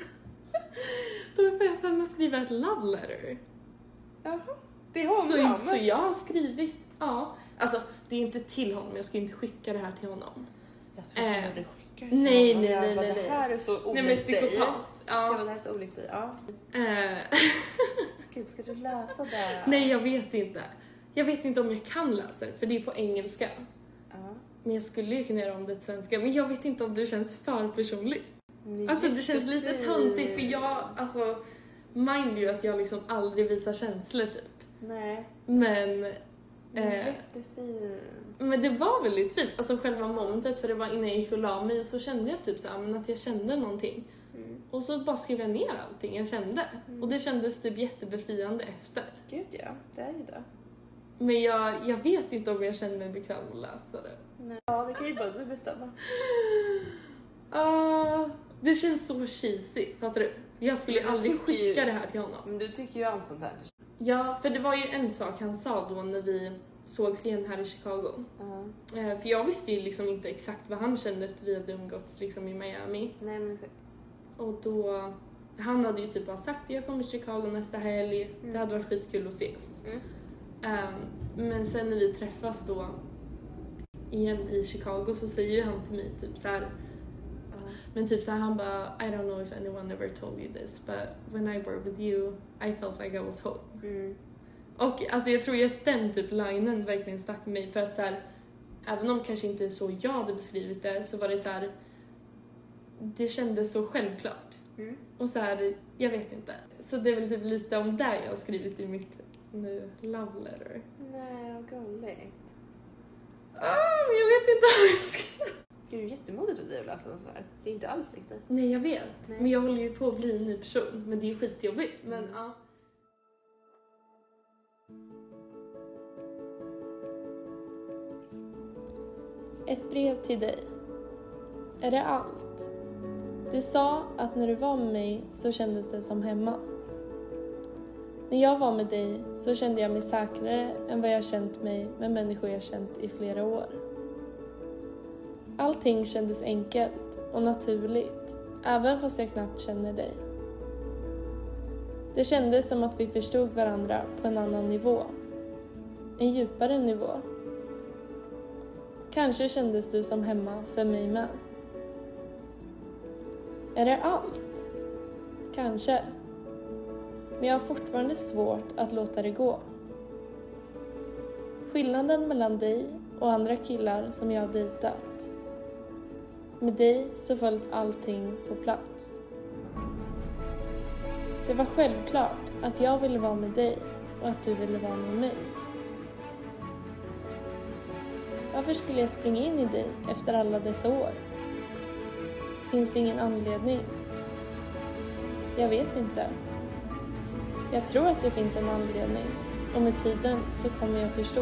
då får jag för mig att skriva ett love letter. Jaha. Det är honom. Så, så jag har skrivit, ja. Alltså det är inte till honom, jag ska inte skicka det här till honom. Jag tror Eh, inte du skickar det. nej, till honom. nej, Jag nej, bara, nej, Det nej. här är så olikt Nej men dig. psykopat. Ja, men Ja. det här är så olikt dig. Ja. Eh, Gud, ska du läsa det? nej, jag vet inte. Jag vet inte om jag kan läsa det, för det är på engelska. Ja. Men jag skulle ju kunna göra om det till svenska, men jag vet inte om det känns för personligt. Ni är Alltså det känns lite jättefin. töntigt, för jag, alltså, mind ju att jag liksom aldrig visar känslor typ. Nej. Men, Ni är eh, jättefin. men det var väldigt fint, alltså själva momentet, för det var innan jag gick och la mig och så kände jag typ så här, men att jag kände någonting. Mm. Och så bara skrev jag ner allting jag kände. Mm. Och det kändes typ jättebefriande efter. Gud ja, det är ju det. Men jag, jag vet inte om jag känner mig bekväm att läsa det. Nej. Ja, det kan ju bara du bestämma. Uh, det känns så cheesy, fattar du? Jag skulle ju aldrig skicka ju, det här till honom. Men du tycker ju allt sånt här. Ja, för det var ju en sak han sa då när vi sågs igen här i Chicago. Uh-huh. Uh, för jag visste ju liksom inte exakt vad han kände efter vi hade umgåtts liksom i Miami. Nej, men exakt. Och då, han hade ju typ bara sagt jag kommer till Chicago nästa helg. Mm. Det hade varit skitkul att ses. Mm. Um, men sen när vi träffas då igen i Chicago så säger han till mig typ så här. Uh, men typ så här, han bara I don't know if anyone ever told you this but when I were with you I felt like I was home. Mm. Och alltså jag tror ju att den typ linen verkligen stack mig för att så här, även om kanske inte så jag hade beskrivit det så var det så här, det kändes så självklart. Mm. Och så här, jag vet inte. Så det är väl typ lite om det jag har skrivit i mitt nu love letter. Nej, vad gulligt. Ah, men jag vet inte vad jag ska. Det är ju jättemodigt att du läsa så här. Det är inte alls riktigt. Nej, jag vet. Nej. Men jag håller ju på att bli en ny person. Men det är ju skitjobbigt. Men mm. ja. Ett brev till dig. Är det allt? Du sa att när du var med mig så kändes det som hemma. När jag var med dig så kände jag mig säkrare än vad jag känt mig med människor jag känt i flera år. Allting kändes enkelt och naturligt, även fast jag knappt känner dig. Det kändes som att vi förstod varandra på en annan nivå. En djupare nivå. Kanske kändes du som hemma för mig med. Är det allt? Kanske. Men jag har fortfarande svårt att låta det gå. Skillnaden mellan dig och andra killar som jag har dejtat. Med dig så föll allting på plats. Det var självklart att jag ville vara med dig och att du ville vara med mig. Varför skulle jag springa in i dig efter alla dessa år? Finns det ingen anledning? Jag vet inte. Jag tror att det finns en anledning och med tiden så kommer jag förstå.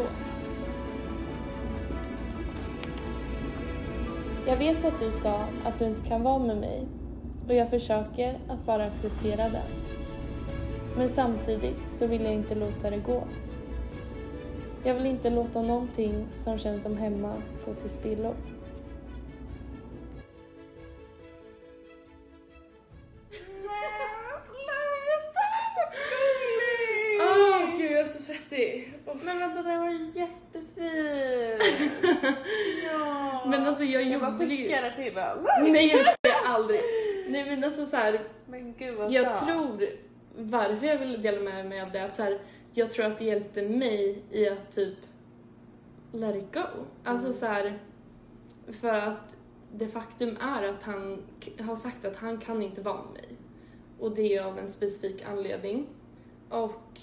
Jag vet att du sa att du inte kan vara med mig och jag försöker att bara acceptera det. Men samtidigt så vill jag inte låta det gå. Jag vill inte låta någonting som känns som hemma gå till spillo. Åh, gud, jag är så svettig. Oh. Men vänta, det var jättefint. Ja. Men alltså jag, jag bara skickar det till alla. Nej, jag ska aldrig. Nej, men alltså så här. Men gud vad jag bra. tror varför jag vill dela med mig av det att så här, jag tror att det hjälpte mig i att typ let it go. Alltså mm. så här, för att det faktum är att han har sagt att han kan inte vara med mig. Och det är av en specifik anledning. Och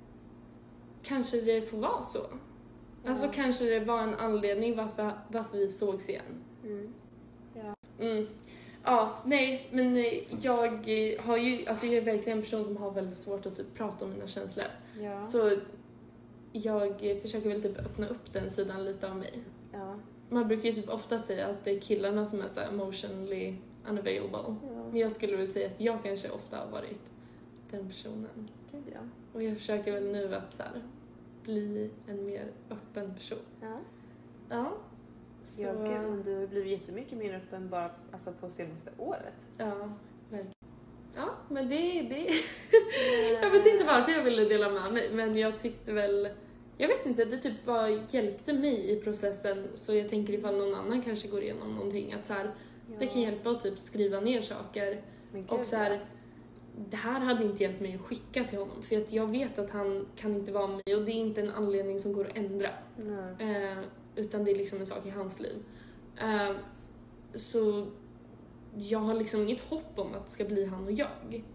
kanske det får vara så. Ja. Alltså kanske det var en anledning varför, varför vi sågs igen. Mm. Ja. Mm. Ja, nej, men jag har ju, alltså jag är verkligen en person som har väldigt svårt att typ prata om mina känslor. Ja. Så jag försöker väl typ öppna upp den sidan lite av mig. Ja. Man brukar ju typ ofta säga att det är killarna som är så emotionally unavailable. Ja. Men jag skulle väl säga att jag kanske ofta har varit den personen. Gud, ja. Och jag försöker väl nu att så här, bli en mer öppen person. Ja. Ja. Så... Ja, gud, du har blivit jättemycket mer öppen bara alltså, på senaste året. Ja, verkligen. Ja, men det... det... jag vet inte varför jag ville dela med mig, men jag tyckte väl... Jag vet inte, det typ bara hjälpte mig i processen. Så jag tänker ifall någon annan kanske går igenom någonting. Att så här, ja. Det kan hjälpa att typ skriva ner saker. Gud, och så här, det här hade inte hjälpt mig att skicka till honom. För att jag vet att han kan inte vara med mig. Och det är inte en anledning som går att ändra. Eh, utan det är liksom en sak i hans liv. Eh, så jag har liksom inget hopp om att det ska bli han och jag. Nej.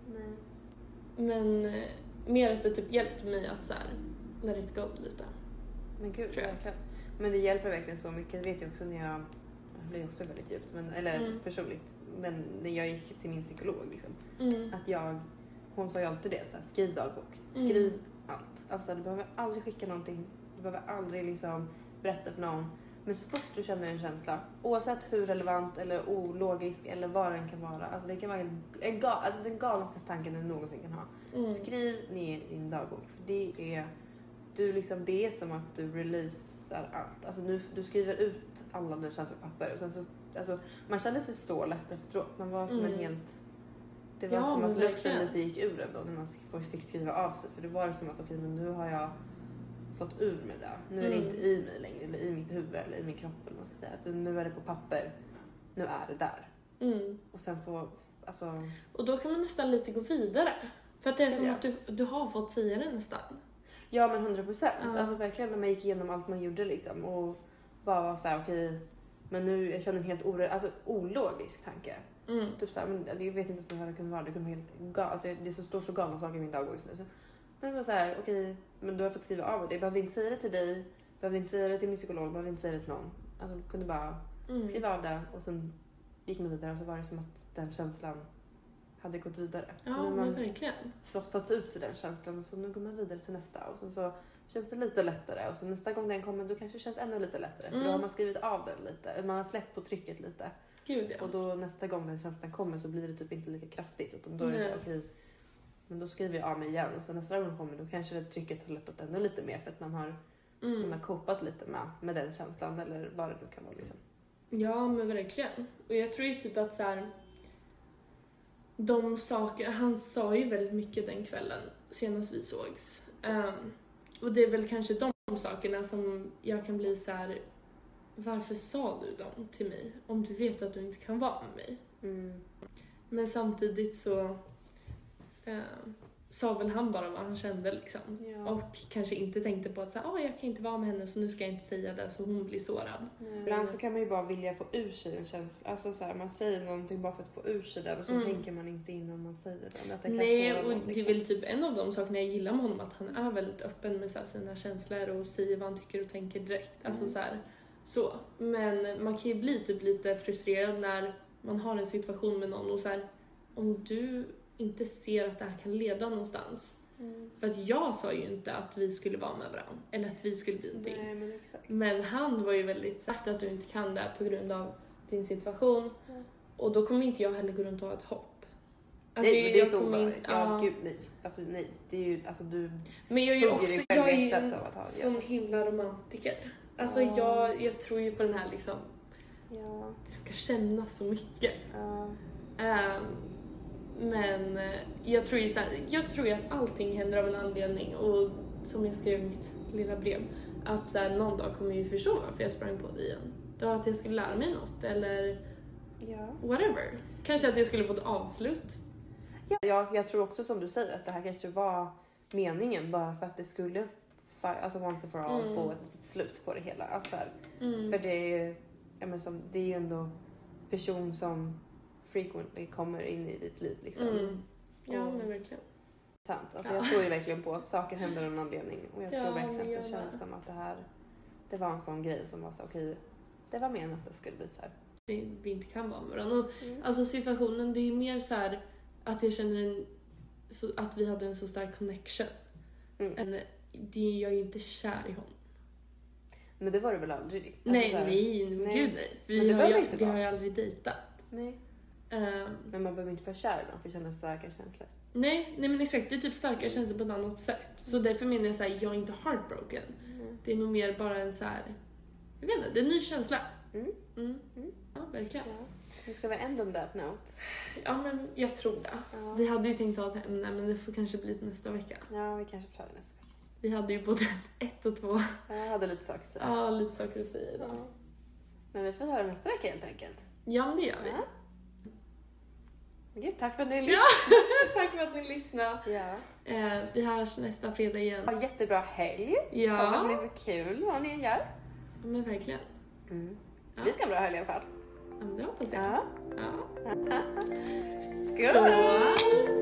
Men eh, mer att det typ hjälpt mig att så här, let it go lite. Men gud, verkligen. Men det hjälper verkligen så mycket. Det vet jag också när jag, det blir också väldigt djupt, men, eller mm. personligt. Men när jag gick till min psykolog liksom. Mm. Att jag, hon sa ju alltid det, så här, skriv dagbok. Skriv mm. allt. Alltså du behöver aldrig skicka någonting. Du behöver aldrig liksom berätta för någon. Men så fort du känner en känsla, oavsett hur relevant eller ologisk eller vad den kan vara. Alltså det kan vara en gal, alltså den galnaste tanken du någonsin kan ha. Mm. Skriv ner i din dagbok. För det är, du liksom, det är som att du releasar allt. Alltså du, du skriver ut alla dina känslor på papper. Och sen så, alltså, man kände sig så lätt efteråt. Man var som mm. en helt... Det var ja, som att luften verkligen. lite gick ur en då när man fick skriva av sig. För det var som att okej, okay, men nu har jag fått ur med det. Nu är det mm. inte i mig längre, eller i mitt huvud eller i min kropp eller vad man ska säga. Att nu är det på papper. Nu är det där. Mm. Och sen får, alltså... Och då kan man nästan lite gå vidare. För att det är som ja. att du, du har fått säga det nästan. Ja, men hundra procent. Ja. Alltså verkligen när man gick igenom allt man gjorde liksom. Och bara var så här, okej, okay, men nu jag känner en helt ore, alltså, ologisk tanke. Mm. Typ så här, men jag vet inte vad det kunde vara. Det kunde vara helt gal, alltså, det så står så galna saker i min dagbok nu. Så. Men det var så här, okej, okay, men du har fått skriva av det. Jag behövde inte säga det till dig. Behövde inte säga det till min psykolog. Behövde inte säga det till någon. Alltså du kunde bara mm. skriva av det. Och sen gick man vidare. Och så var det som att den känslan hade gått vidare. Ja, man men verkligen. Fått, fått ut sig den känslan. Och så nu går man vidare till nästa. Och sen så känns det lite lättare. Och så nästa gång den kommer, då kanske det känns ännu lite lättare. Mm. För då har man skrivit av den lite. Man har släppt på trycket lite. Gud, ja. Och då nästa gång den känslan kommer så blir det typ inte lika kraftigt. Utan då är det så okej. Okay, men då skriver jag av mig igen. Och sen nästa gång kommer då kanske det trycket har lättat ännu lite mer. För att man har, mm. man har kopat lite med, med den känslan. Eller vad det nu kan vara liksom. Ja, men verkligen. Och jag tror ju typ att så här, de saker, han sa ju väldigt mycket den kvällen senast vi sågs. Um, och det är väl kanske de sakerna som jag kan bli så här: varför sa du dem till mig om du vet att du inte kan vara med mig? Mm. Men samtidigt så uh, sa väl han bara vad han kände liksom. Ja. Och kanske inte tänkte på att så här, oh, jag kan inte vara med henne så nu ska jag inte säga det så hon blir sårad. Mm. Ibland så kan man ju bara vilja få ur sig en känsla. Alltså så här, man säger någonting bara för att få ur sig den och så mm. tänker man inte innan man säger den. Att det kan Nej, såra och någon, liksom. Det är väl typ en av de sakerna jag gillar med honom, att han är väldigt öppen med så här, sina känslor och säger vad han tycker och tänker direkt. Alltså mm. så här, så. Men man kan ju bli typ lite frustrerad när man har en situation med någon och så här, om du inte ser att det här kan leda någonstans. Mm. För att jag sa ju inte att vi skulle vara med varandra. Eller att vi skulle bli någonting. Nej, men, exakt. Men han var ju väldigt sagt att du inte kan det på grund av din situation. Mm. Och då kommer inte jag heller gå runt och ha ett hopp. Alltså, nej, men det är så bara, in, ja, ja gud nej. Alltså, nej. Det är ju, alltså du... Men jag är ju också, jag är ju en sån himla romantiker. Alltså oh. jag, jag tror ju på den här liksom... Ja. Det ska kännas så mycket. Ja. Um, Men jag tror ju så här, jag tror ju att allting händer av en anledning och som jag skrev i mitt lilla brev att så här, någon dag kommer jag ju förstå varför jag sprang på det igen. Då att jag skulle lära mig något eller ja. whatever. Kanske att jag skulle få ett avslut. Ja, jag tror också som du säger att det här kanske var meningen bara för att det skulle alltså once and for all mm. få ett slut på det hela. Alltså här, mm. För det är, ja, men som, det är ju ändå person som frequently kommer in i ditt liv liksom. Mm. Ja, och, men verkligen. Sant. Alltså, ja. Jag tror ju verkligen på att saker händer av en anledning. Och jag ja, tror verkligen att det känns som att det här, det var en sån grej som var så okej, okay, det var meningen att det skulle bli så här. Det, vi inte kan vara med varandra. Och, mm. Alltså situationen, det är mer så här att jag känner en, så, att vi hade en så stark connection. Mm. En, det, jag är ju inte kär i honom. Men det var det väl aldrig? Alltså, nej, här, nej, nej, gud nej. Vi, har ju, vi har ju aldrig dejtat. Nej. Um, men man behöver inte vara kär då för att känna starka känslor. Nej, nej men exakt, det är typ starka känslor på ett annat sätt. Så därför menar jag så här, jag är inte heartbroken. Mm. Det är nog mer bara en så här, jag vet inte, det är en ny känsla. Mm. Mm. Mm. Ja, verkligen. Ja. Nu ska vi end on that note. Ja, men jag tror det. Ja. Vi hade ju tänkt ha ett ämne, men det får kanske bli nästa vecka. Ja, vi kanske pratar nästa vecka. Vi hade ju både ett och två. Ja, jag hade lite saker att säga. Ja, lite saker att säga idag. Ja. Men vi får höra nästa vecka helt enkelt. Ja, men det gör vi. Ja. Okay, tack för att ni lyssnade. Ja, tack för att ni lyssnade. Ja. Eh, vi hörs nästa fredag igen. Ha jättebra helg. Ja. Hoppas det blir kul vad ni gör. Ja, men verkligen. Mm. Ja. Vi ska ha bra helg i alla fall. Ja, men det hoppas jag. Ja. Ja. Skål!